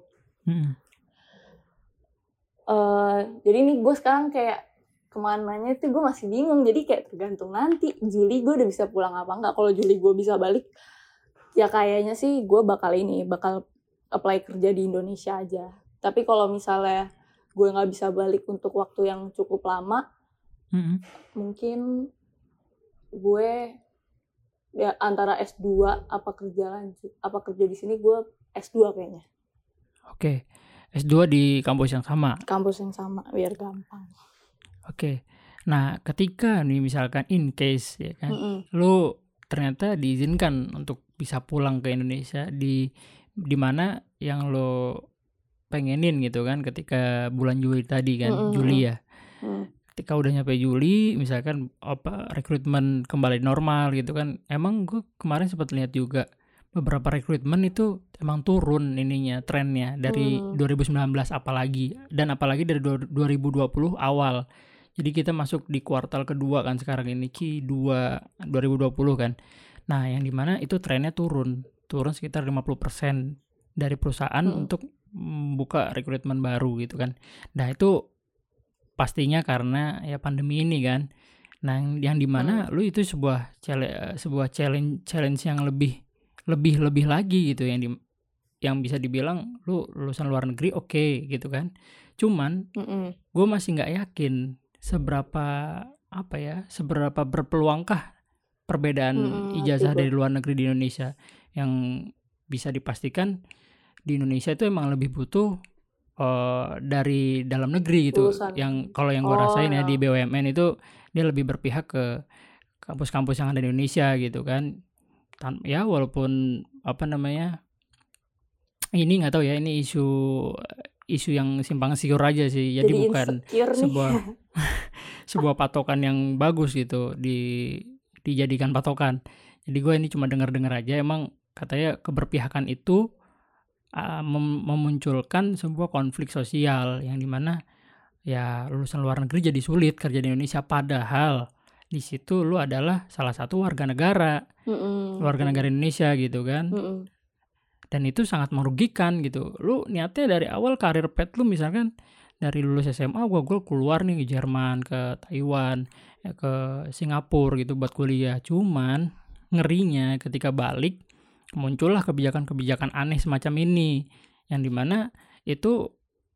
Jadi ini gue sekarang kayak kemananya tuh gue masih bingung. Jadi kayak tergantung nanti Juli gue udah bisa pulang apa enggak. Kalau Juli gue bisa balik, ya kayaknya sih gue bakal apply kerja di Indonesia aja. Tapi kalau misalnya gue nggak bisa balik untuk waktu yang cukup lama, mungkin gue ya antara S2 apa kerja di sini, gue S2 kayaknya. Oke. S2 di kampus yang sama. Kampus yang sama biar gampang. Oke. Nah, ketika nih misalkan in case ya kan, lu ternyata diizinkan untuk bisa pulang ke Indonesia di mana yang lo pengenin gitu kan ketika bulan Juli tadi kan, Juli ya. Ketika udah nyampe Juli, misalkan rekrutmen kembali normal gitu kan. Emang gue kemarin sempat lihat juga beberapa rekrutmen itu emang turun ininya, trennya dari 2019 apalagi dari 2020 awal. Jadi kita masuk di kuartal kedua kan sekarang ini Q2 2020 kan. Nah, yang dimana itu trennya turun sekitar 50% dari perusahaan untuk membuka rekrutmen baru gitu kan. Nah, itu pastinya karena ya pandemi ini kan. Nah, yang dimana lu itu sebuah challenge yang lebih lagi gitu, yang bisa dibilang lu lulusan luar negeri oke, gitu kan. Cuman gue masih nggak yakin seberapa berpeluangkah perbedaan ijazah dari luar negeri di Indonesia. Yang bisa dipastikan di Indonesia itu emang lebih butuh dari dalam negeri gitu. Yang kalau yang gue rasain ya di BUMN itu dia lebih berpihak ke kampus-kampus yang ada di Indonesia gitu kan. Ya walaupun ini nggak tahu ya, ini isu yang simpang siur aja sih. Jadi bukan sebuah patokan yang bagus gitu dijadikan patokan. Jadi gue ini cuma dengar-dengar aja, emang katanya keberpihakan itu memunculkan sebuah konflik sosial yang dimana ya lulusan luar negeri jadi sulit kerja di Indonesia, padahal di situ lu adalah salah satu warga negara Indonesia gitu kan. Dan itu sangat merugikan gitu. Lu niatnya dari awal karir pet lu misalkan dari lulus SMA gue keluar nih ke Jerman, ke Taiwan, ya ke Singapura gitu buat kuliah. Cuman ngerinya ketika balik muncullah kebijakan-kebijakan aneh semacam ini yang dimana itu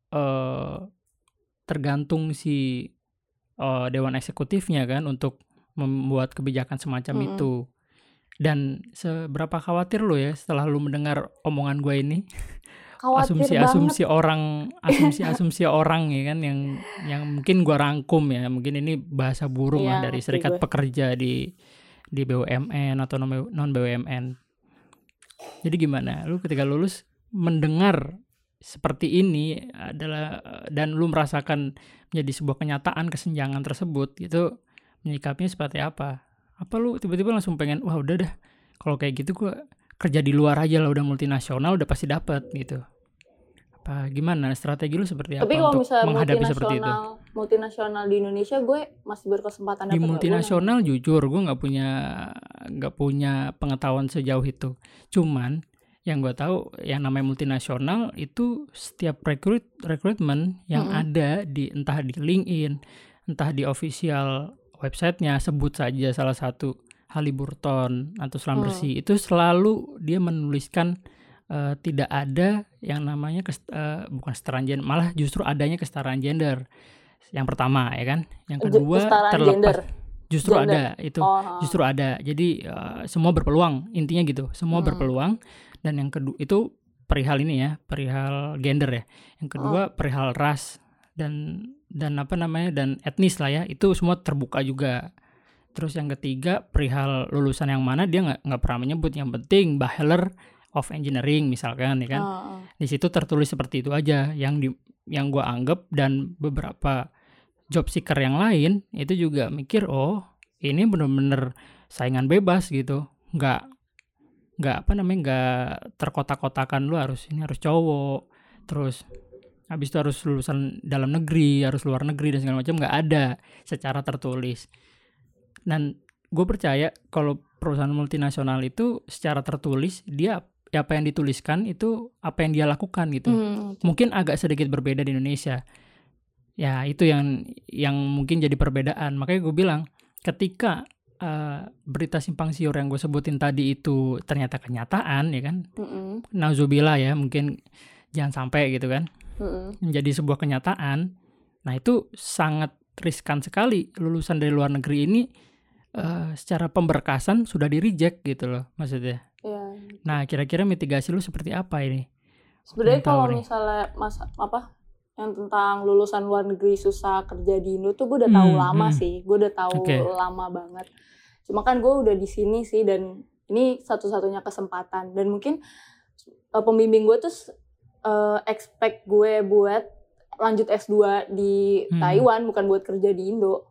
tergantung si dewan eksekutifnya kan untuk membuat kebijakan semacam itu. Dan seberapa khawatir lo ya setelah lo mendengar omongan gue ini? Asumsi-asumsi orang ya kan yang mungkin gue rangkum ya, mungkin ini bahasa burung lah dari serikat pekerja di BUMN atau non BUMN. Jadi gimana? Lu ketika lulus mendengar seperti ini adalah dan lu merasakan menjadi sebuah kenyataan kesenjangan tersebut, gitu, menyikapinya seperti apa? Apa lu tiba-tiba langsung pengen, wah udah dah, kalau kayak gitu gue kerja di luar aja lah, udah multinasional udah pasti dapat gitu. Apa gimana strategi lu seperti tapi apa untuk menghadapi seperti itu? Multinasional di Indonesia gue masih berkesempatan dapat. Di multinasional jujur gue nggak punya pengetahuan sejauh itu. Cuman yang gue tahu yang namanya multinasional itu setiap rekrutmen yang ada di entah di LinkedIn, entah di official websitenya, sebut saja salah satu Halliburton atau Selam Bersih, itu selalu dia menuliskan tidak ada yang namanya bukan kesetaraan gender, malah justru adanya kesetaraan gender. Yang pertama ya kan, yang kedua terlepas gender. Justru gender. Ada itu, justru ada. Jadi semua berpeluang, intinya gitu, semua berpeluang. Dan yang kedua itu perihal ini ya, perihal gender ya. Yang kedua perihal ras dan apa namanya dan etnis lah ya, itu semua terbuka juga. Terus yang ketiga perihal lulusan yang mana dia nggak pernah menyebut, yang penting Bachelor of Engineering misalkan ya kan. Di situ tertulis seperti itu aja. Yang gue anggap dan beberapa job seeker yang lain itu juga mikir, oh ini benar-benar saingan bebas gitu, nggak terkotak-kotakan lu harus cowok, terus habis itu harus lulusan dalam negeri, harus luar negeri dan segala macam, nggak ada secara tertulis. Dan gue percaya kalau perusahaan multinasional itu secara tertulis dia apa yang dituliskan itu apa yang dia lakukan gitu. Mungkin agak sedikit berbeda di Indonesia. Ya itu yang mungkin jadi perbedaan. Makanya gue bilang ketika berita simpang siur yang gue sebutin tadi itu ternyata kenyataan ya kan. Nauzubillah ya, mungkin jangan sampai gitu kan. Menjadi sebuah kenyataan. Nah itu sangat riskan sekali lulusan dari luar negeri ini secara pemberkasan sudah di-reject gitu loh maksudnya. Ya. Nah kira-kira mitigasi lu seperti apa ini? Sebenarnya kalau misalnya yang tentang lulusan luar negeri susah kerja di Indo tuh gue udah tahu lama sih, gue udah tahu lama banget. Cuma kan gue udah di sini sih dan ini satu-satunya kesempatan dan mungkin pembimbing gue tuh expect gue buat lanjut S2 di Taiwan, bukan buat kerja di Indo.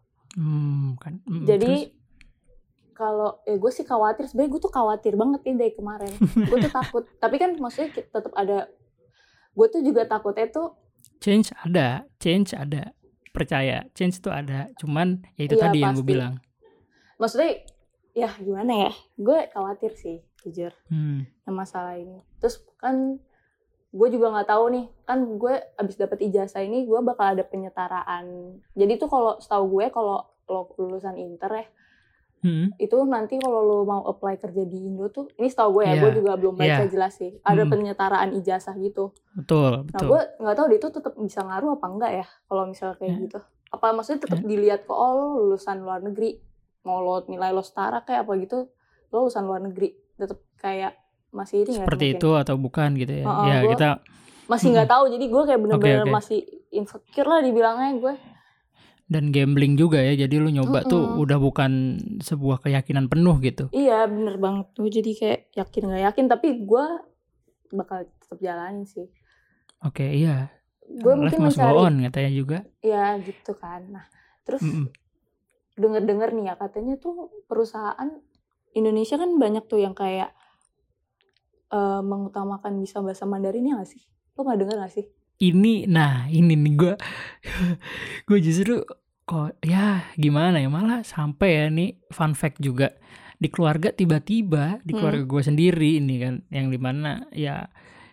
Jadi kalau gue sih khawatir, sebenarnya gue tuh khawatir banget nih dari kemarin. Gue tuh takut, tapi kan maksudnya tetap ada. Gue tuh juga takutnya tuh change ada, percaya change tuh ada. Cuman ya itu tadi pasti. Yang gue bilang. Maksudnya ya gimana ya? Gue khawatir sih jujur sama masalah ini. Terus kan gue juga nggak tahu nih, kan gue abis dapet ijazah ini gue bakal ada penyetaraan. Jadi tuh kalau setahu gue kalau lo lulusan inter ya, itu nanti kalau lo mau apply kerja di Indo tuh, ini setahu gue ya, gue juga belum baca jelas sih, ada penyetaraan ijazah gitu. Betul. Nah gue nggak tahu dia tuh tetap bisa ngaruh apa enggak ya kalau misalnya kayak gitu. Apa maksudnya tetap dilihat ke lo lulusan luar negeri, mau lo nilai lo setara kayak apa gitu, lo lulusan luar negeri tetap kayak masih ini seperti itu atau bukan gitu ya. Ya kita masih nggak tahu, jadi gue kayak bener-bener masih insecure lah dibilangnya gue. Dan gambling juga ya, jadi lu nyoba tuh udah bukan sebuah keyakinan penuh gitu. Iya bener banget tuh, jadi kayak yakin gak yakin, tapi gue bakal tetap jalanin sih. Iya. Gue mungkin mencari on katanya juga. Iya gitu kan. Nah terus denger nih ya, katanya tuh perusahaan Indonesia kan banyak tuh yang kayak mengutamakan bisa bahasa Mandarin, ya nggak sih? Lo pernah denger nggak sih? Ini nih gue justru kok ya gimana ya, malah sampai ya nih fun fact juga di keluarga, tiba-tiba di keluarga gue sendiri ini kan, yang dimana ya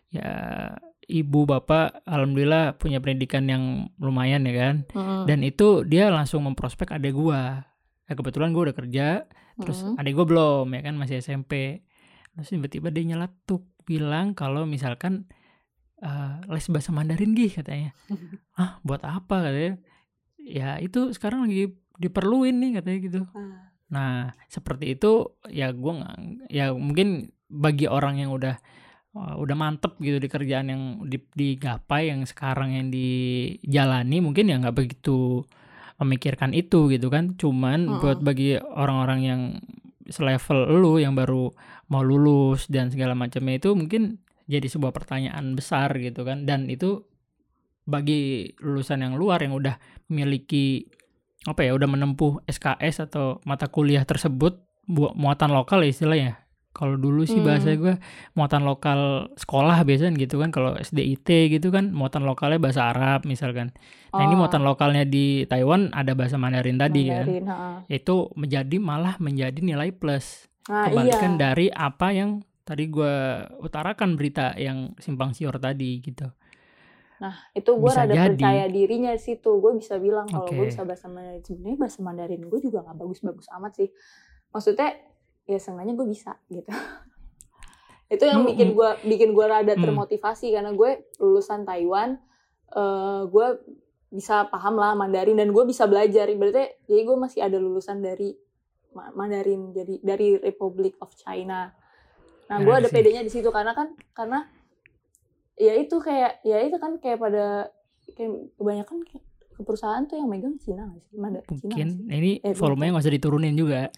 ibu bapak alhamdulillah punya pendidikan yang lumayan ya kan, dan itu dia langsung memprospek adek gue. Ya kebetulan gue udah kerja, terus adek gue belum ya kan, masih SMP. Terus tiba-tiba dia nyeletuk bilang kalau misalkan les bahasa Mandarin katanya. Ah, buat apa katanya? Ya itu sekarang lagi diperluin nih katanya gitu. Nah seperti itu ya, gue nggak, ya mungkin bagi orang yang udah mantep gitu di kerjaan yang digapai, yang sekarang yang dijalani, mungkin ya nggak begitu memikirkan itu gitu kan. Cuman buat bagi orang-orang yang selevel lu yang baru mau lulus dan segala macamnya, itu mungkin jadi sebuah pertanyaan besar gitu kan. Dan itu bagi lulusan yang luar yang udah memiliki udah menempuh SKS atau mata kuliah tersebut muatan lokal ya istilahnya. Kalau dulu sih bahasa gue muatan lokal sekolah biasanya gitu kan. Kalau SDIT gitu kan muatan lokalnya bahasa Arab misalkan. Nah ini muatan lokalnya di Taiwan ada bahasa Mandarin tadi kan. Itu malah menjadi nilai plus. Kebalikan dari apa yang tadi gue utarakan berita yang simpang siur tadi gitu. Nah itu gue rada percaya dirinya sih tuh. Gue bisa bilang kalau gue bisa bahasa Mandarin. Sebenarnya bahasa Mandarin gue juga gak bagus-bagus amat sih. Maksudnya ya seenggaknya gue bisa gitu. Itu yang bikin gue rada termotivasi, karena gue lulusan Taiwan, gue bisa paham lah Mandarin dan gue bisa belajar. Berarti jadi gue masih ada lulusan dari Mandarin, jadi dari Republic of China. Nah gue ada pedenya di situ karena ya itu kan kayak pada kayak kebanyakan ke perusahaan tuh yang megang Cina nggak sih? Mungkin Cina ini volumenya nggak usah diturunin juga.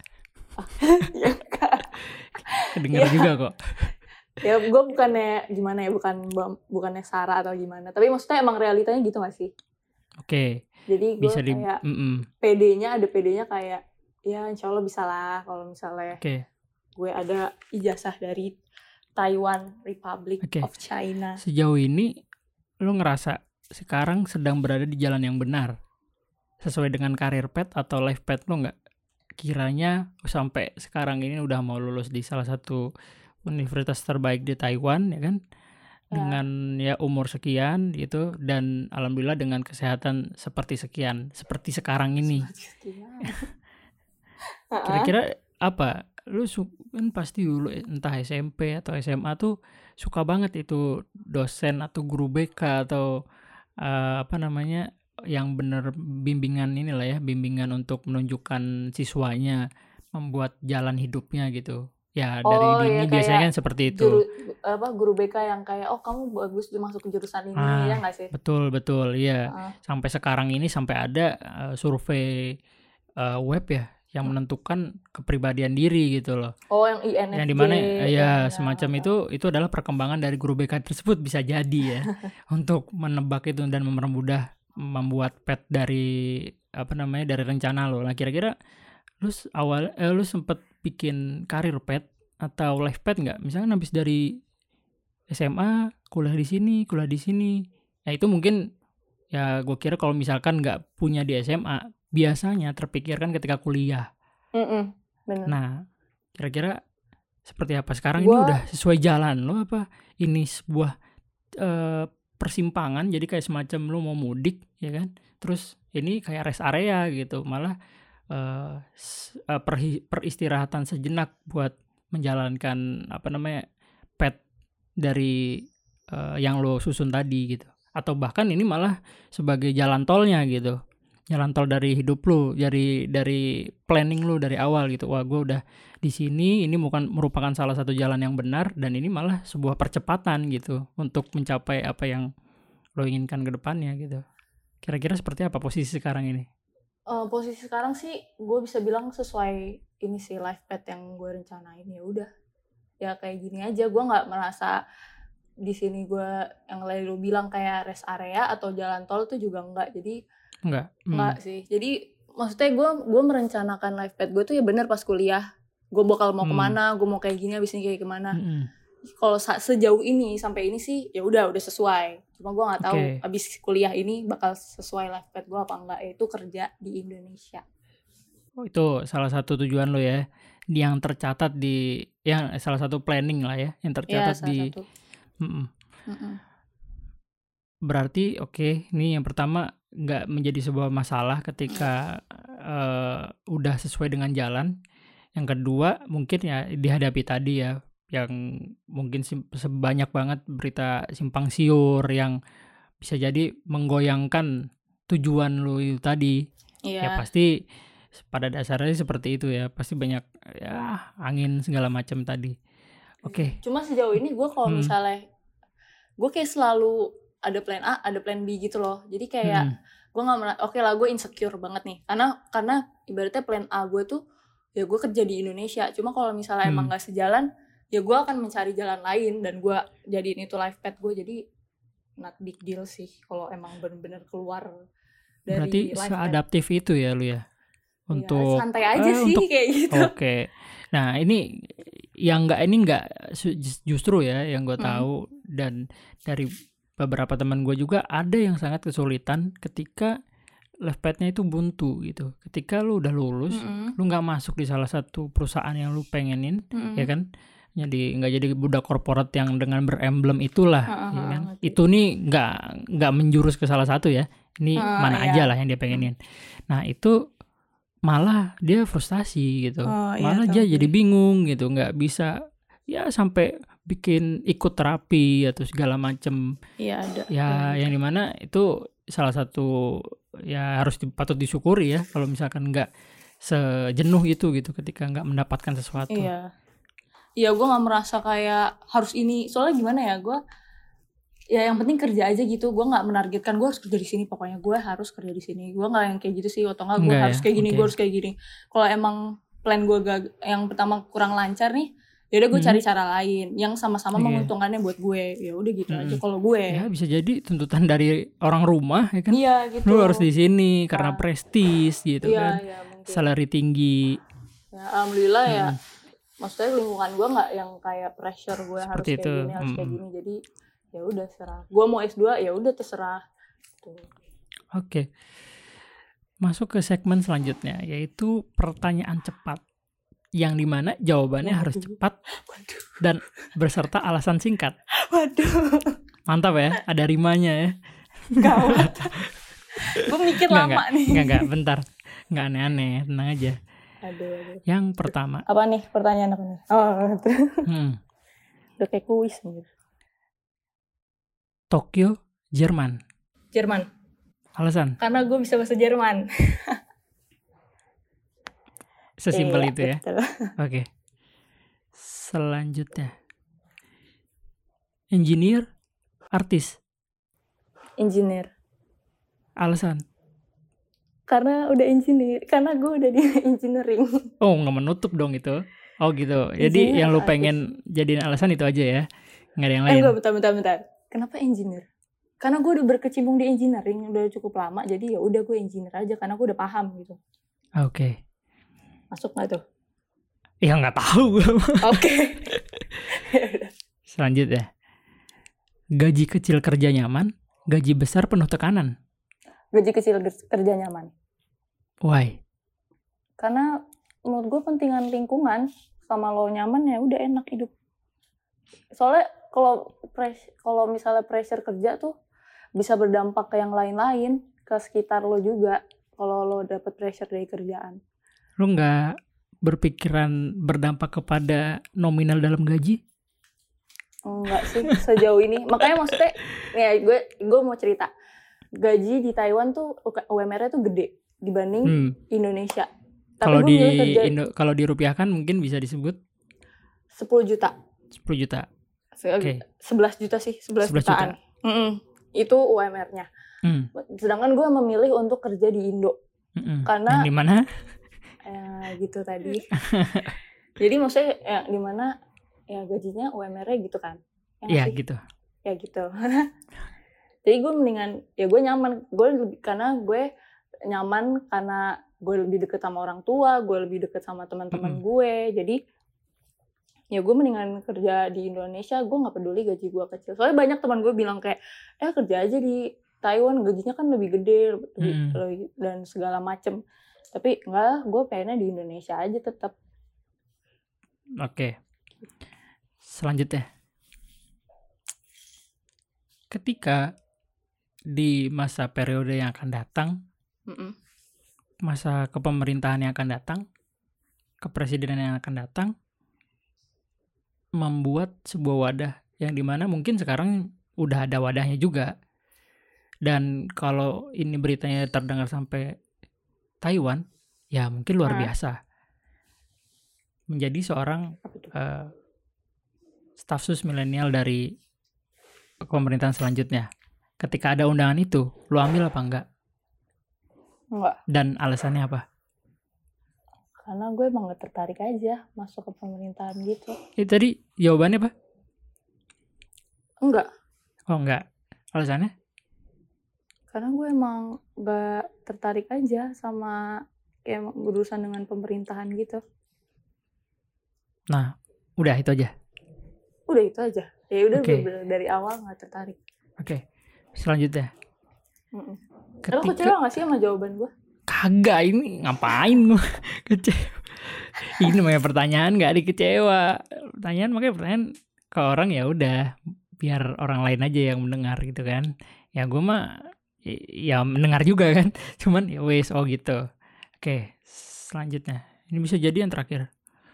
Kedengar juga kok. Ya gue bukannya gimana ya, bukannya Sarah atau gimana, tapi maksudnya emang realitanya gitu nggak sih? Oke. Jadi gue kayak ada pedenya kayak ya insya Allah bisa lah kalau misalnya gue ada ijazah dari Taiwan Republic of China. Sejauh ini lo ngerasa sekarang sedang berada di jalan yang benar sesuai dengan karir path atau life path lo nggak? Kiranya sampai sekarang ini udah mau lulus di salah satu universitas terbaik di Taiwan ya kan, dengan ya umur sekian gitu, dan alhamdulillah dengan kesehatan seperti sekarang ini. Kira-kira apa? Lu kan pasti dulu entah SMP atau SMA tuh suka banget itu dosen atau guru BK atau yang bener bimbingan bimbingan untuk menunjukkan siswanya, membuat jalan hidupnya gitu. Ya dari dini biasanya kan seperti itu. Guru BK yang kayak kamu bagus masuk ke jurusan ini, ya nggak sih? Betul iya. Sampai sekarang ini sampai ada survei web ya yang menentukan kepribadian diri gitu loh. Yang INFJ. Yang dimana semacam itu adalah perkembangan dari guru BK tersebut bisa jadi ya untuk menebak itu dan mempermudah membuat path dari dari rencana lo. Nah kira-kira lu sempet bikin karir path atau life path nggak? Misalnya habis dari SMA kuliah di sini. Nah itu mungkin ya gue kira kalau misalkan nggak punya di SMA biasanya terpikirkan ketika kuliah. Bener. Nah kira-kira seperti apa sekarang? Ini udah sesuai jalan lo apa ini sebuah persimpangan, jadi kayak semacam lu mau mudik ya kan, terus ini kayak rest area gitu, malah peristirahatan sejenak buat menjalankan path dari yang lo susun tadi gitu, atau bahkan ini malah sebagai jalan tolnya gitu, jalan tol dari hidup lu, dari planning lu dari awal gitu. Wah gue udah di sini, ini merupakan salah satu jalan yang benar, dan ini malah sebuah percepatan gitu untuk mencapai apa yang lo inginkan ke depannya gitu. Kira-kira seperti apa posisi sekarang ini? Posisi sekarang sih gue bisa bilang sesuai ini sih life path yang gue rencanain. Ya udah, ya kayak gini aja. Gue nggak merasa di sini gue yang lain lo bilang kayak rest area atau jalan tol tuh juga enggak. Jadi enggak sih. Jadi maksudnya gue merencanakan life path gue tuh ya bener pas kuliah. Gue bakal mau kemana, gue mau kayak gini, abis ini kayak kemana. Kalau sejauh ini sampai ini sih ya udah sesuai. Cuma gue nggak tahu abis kuliah ini bakal sesuai life path gue apa enggak. Yaitu kerja di Indonesia. Oh, itu salah satu tujuan lo ya, yang tercatat di, yang salah satu planning lah ya, yang tercatat di. Berarti ini yang pertama nggak menjadi sebuah masalah ketika udah sesuai dengan jalan. Yang kedua mungkin ya dihadapi tadi ya, yang mungkin sebanyak banget berita simpang siur yang bisa jadi menggoyangkan tujuan lo itu tadi. Ya pasti pada dasarnya seperti itu ya, pasti banyak ya angin segala macam tadi. Cuma sejauh ini gue kalau misalnya gue kayak selalu ada plan A, ada plan B gitu loh. Jadi kayak gue nggak lah gue insecure banget nih, karena ibaratnya plan A gue tuh ya gue kerja di Indonesia. Cuma kalau misalnya emang nggak sejalan, ya gue akan mencari jalan lain dan gue jadiin itu life path gue. Jadi not big deal sih kalau emang bener-bener keluar dari berarti life seadaptif path itu ya lu ya, untuk ya, santai aja sih kayak gitu. Nah ini nggak justru ya yang gue tahu, dan dari beberapa teman gue juga ada yang sangat kesulitan ketika life path-nya itu buntu gitu. Ketika lu udah lulus, lu nggak masuk di salah satu perusahaan yang lu pengenin, ya kan? Jadi nggak jadi budak korporat yang dengan beremblem itulah, ya kan? Itu nih nggak menjurus ke salah satu ya. Ini mana aja lah yang dia pengenin. Nah itu malah dia frustasi gitu, malah dia jadi bingung gitu, nggak bisa ya sampai bikin ikut terapi atau segala macem. Iya ada. Ya yang dimana itu salah satu ya harus patut disyukuri ya, kalau misalkan nggak sejenuh itu gitu ketika nggak mendapatkan sesuatu. Iya gue nggak merasa kayak harus ini, soalnya gimana ya, gue ya yang penting kerja aja gitu. Gue nggak menargetkan gue harus kerja di sini, pokoknya gue harus kerja di sini. Gue nggak yang kayak gitu sih, atau nggak gue harus kayak gini, gue harus kayak gini. Kalau emang plan gue yang pertama kurang lancar nih, ya udah gue cari cara lain yang sama-sama menguntungkannya buat gue. Ya udah gitu aja kalau gue. Ya bisa jadi tuntutan dari orang rumah ya kan. Iya gitu. Lu harus di sini karena prestis gitu kan. Iya, salary tinggi. Ya alhamdulillah ya. Maksudnya lingkungan gue nggak yang kayak pressure gue seperti harus itu. Kayak gini, harus kayak gini. Jadi ya udah serah. Gue mau S2 ya udah terserah. Tuh. Oke. Masuk ke segmen selanjutnya, yaitu pertanyaan cepat. Yang dimana jawabannya harus cepat dan beserta alasan singkat. Waduh. Mantap ya, ada rimanya ya. Gawat. Gue mikir lama nih. Enggak, bentar. Enggak aneh-aneh, tenang aja. Aduh. Yang pertama. Apa nih pertanyaan apa nih? Oh, itu. Udah kayak kuis nih. Tokyo, Jerman. Jerman. Alasan? Karena gue bisa bahasa Jerman. Sesimpel itu ya. Oke. Selanjutnya. Engineer, artis. Engineer. Alasan? Karena udah engineer. Karena gue udah di engineering. Oh, nggak menutup dong itu. Oh gitu. Jadi yang lu pengen jadiin alasan itu aja ya. Nggak ada yang lain. Bentar. Kenapa engineer? Karena gue udah berkecimpung di engineering udah cukup lama. Jadi ya udah gue engineer aja karena gue udah paham gitu. Oke. Masuk nggak tuh? Ya nggak tahu. Oke. Selanjutnya, gaji kecil kerja nyaman, gaji besar penuh tekanan. Gaji kecil kerja nyaman. Why? Karena menurut gue pentingan lingkungan, sama lo nyaman ya udah enak hidup. Soalnya kalau misalnya pressure kerja tuh bisa berdampak ke yang lain-lain, ke sekitar lo juga. Kalau lo dapet pressure dari kerjaan. Lo nggak berpikiran berdampak kepada nominal dalam gaji? Enggak sih sejauh ini. Makanya maksudnya ya gue mau cerita. Gaji di Taiwan tuh UMR-nya tuh gede dibanding Indonesia. Kalau dirupiahkan mungkin bisa disebut 10 juta. 10 juta. Okay. 11 juta sih, 11 jutaan. Itu UMR-nya. Sedangkan gue memilih untuk kerja di Indo. Karena yang di mana? Gitu tadi. Jadi maksudnya ya di mana ya gajinya UMR-nya gitu kan. Iya gitu. Ya gitu. Jadi gue mendingan ya gue nyaman. Karena gue nyaman karena gue lebih deket sama orang tua, gue lebih deket sama teman-teman gue. Jadi ya gue mendingan kerja di Indonesia, gue nggak peduli gaji gue kecil. Soalnya banyak teman gue bilang kayak kerja aja di Taiwan, gajinya kan lebih gede dan segala macem. Tapi enggak, gue pengennya di Indonesia aja tetap. Oke. Selanjutnya, ketika di masa periode yang akan datang, masa kepemerintahan yang akan datang, kepresidenan yang akan datang, membuat sebuah wadah yang dimana mungkin sekarang udah ada wadahnya juga. Dan kalau ini beritanya terdengar sampai Taiwan, ya mungkin luar biasa. Menjadi seorang staf sus milenial dari pemerintahan selanjutnya. Ketika ada undangan itu, lu ambil apa enggak? Enggak. Dan alasannya apa? Karena gue emang gak tertarik aja masuk ke pemerintahan gitu. Tadi jawabannya apa? Enggak. Oh enggak. Alasannya? Karena gue emang gak tertarik aja sama kayak berurusan dengan pemerintahan gitu. Nah, udah itu aja. Udah itu aja. Ya udah dari awal gak tertarik. Oke. Selanjutnya. Lo kecewa gak sih sama jawaban gue? Kagak, ini ngapain gue kecewa. Ini namanya pertanyaan gak dikecewa. Pertanyaan ke orang ya udah biar orang lain aja yang mendengar gitu kan. Ya gue mah ya mendengar juga kan. Cuman ya wes gitu. Oke, selanjutnya. Ini bisa jadi yang terakhir.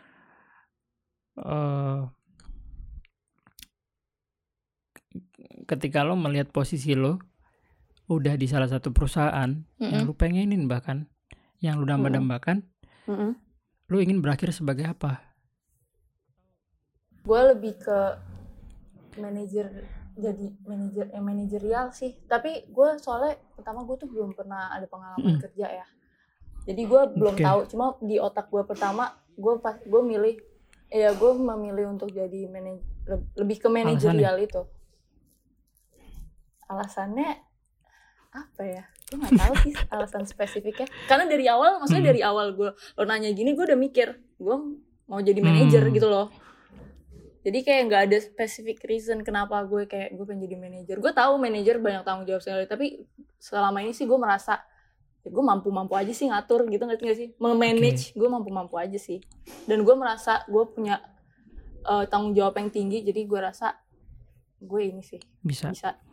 Ketika lo melihat posisi lo udah di salah satu perusahaan yang lu pengenin bahkan, yang lu damba-dambakan, lu ingin berakhir sebagai apa? Gue lebih ke manajerial sih. Tapi gue soalnya pertama gue tuh belum pernah ada pengalaman kerja ya. Jadi gue belum tahu. Cuma di otak gue pertama gue memilih untuk jadi lebih ke manajerial itu. Alasannya apa ya? Gue nggak tahu sih alasan spesifiknya. Karena dari awal, maksudnya dari awal lo nanya gini, gue udah mikir gue mau jadi manajer gitu loh. Jadi kayak nggak ada specific reason kenapa gue pengen jadi manajer. Gue tahu manajer banyak tanggung jawab sekali, tapi selama ini sih gue merasa gue mampu aja sih ngatur gitu, ngerti nggak sih? Memanage gue mampu aja sih. Dan gue merasa gue punya tanggung jawab yang tinggi, jadi gue rasa gue ini sih bisa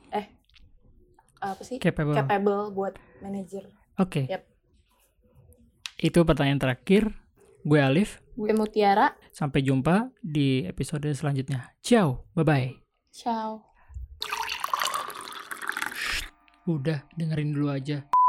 capable buat manajer. Oke. Yep. Itu pertanyaan terakhir. Gue Alif. Gue Mutiara. Sampai jumpa di episode selanjutnya. Ciao, bye-bye. Ciao. Udah, dengerin dulu aja.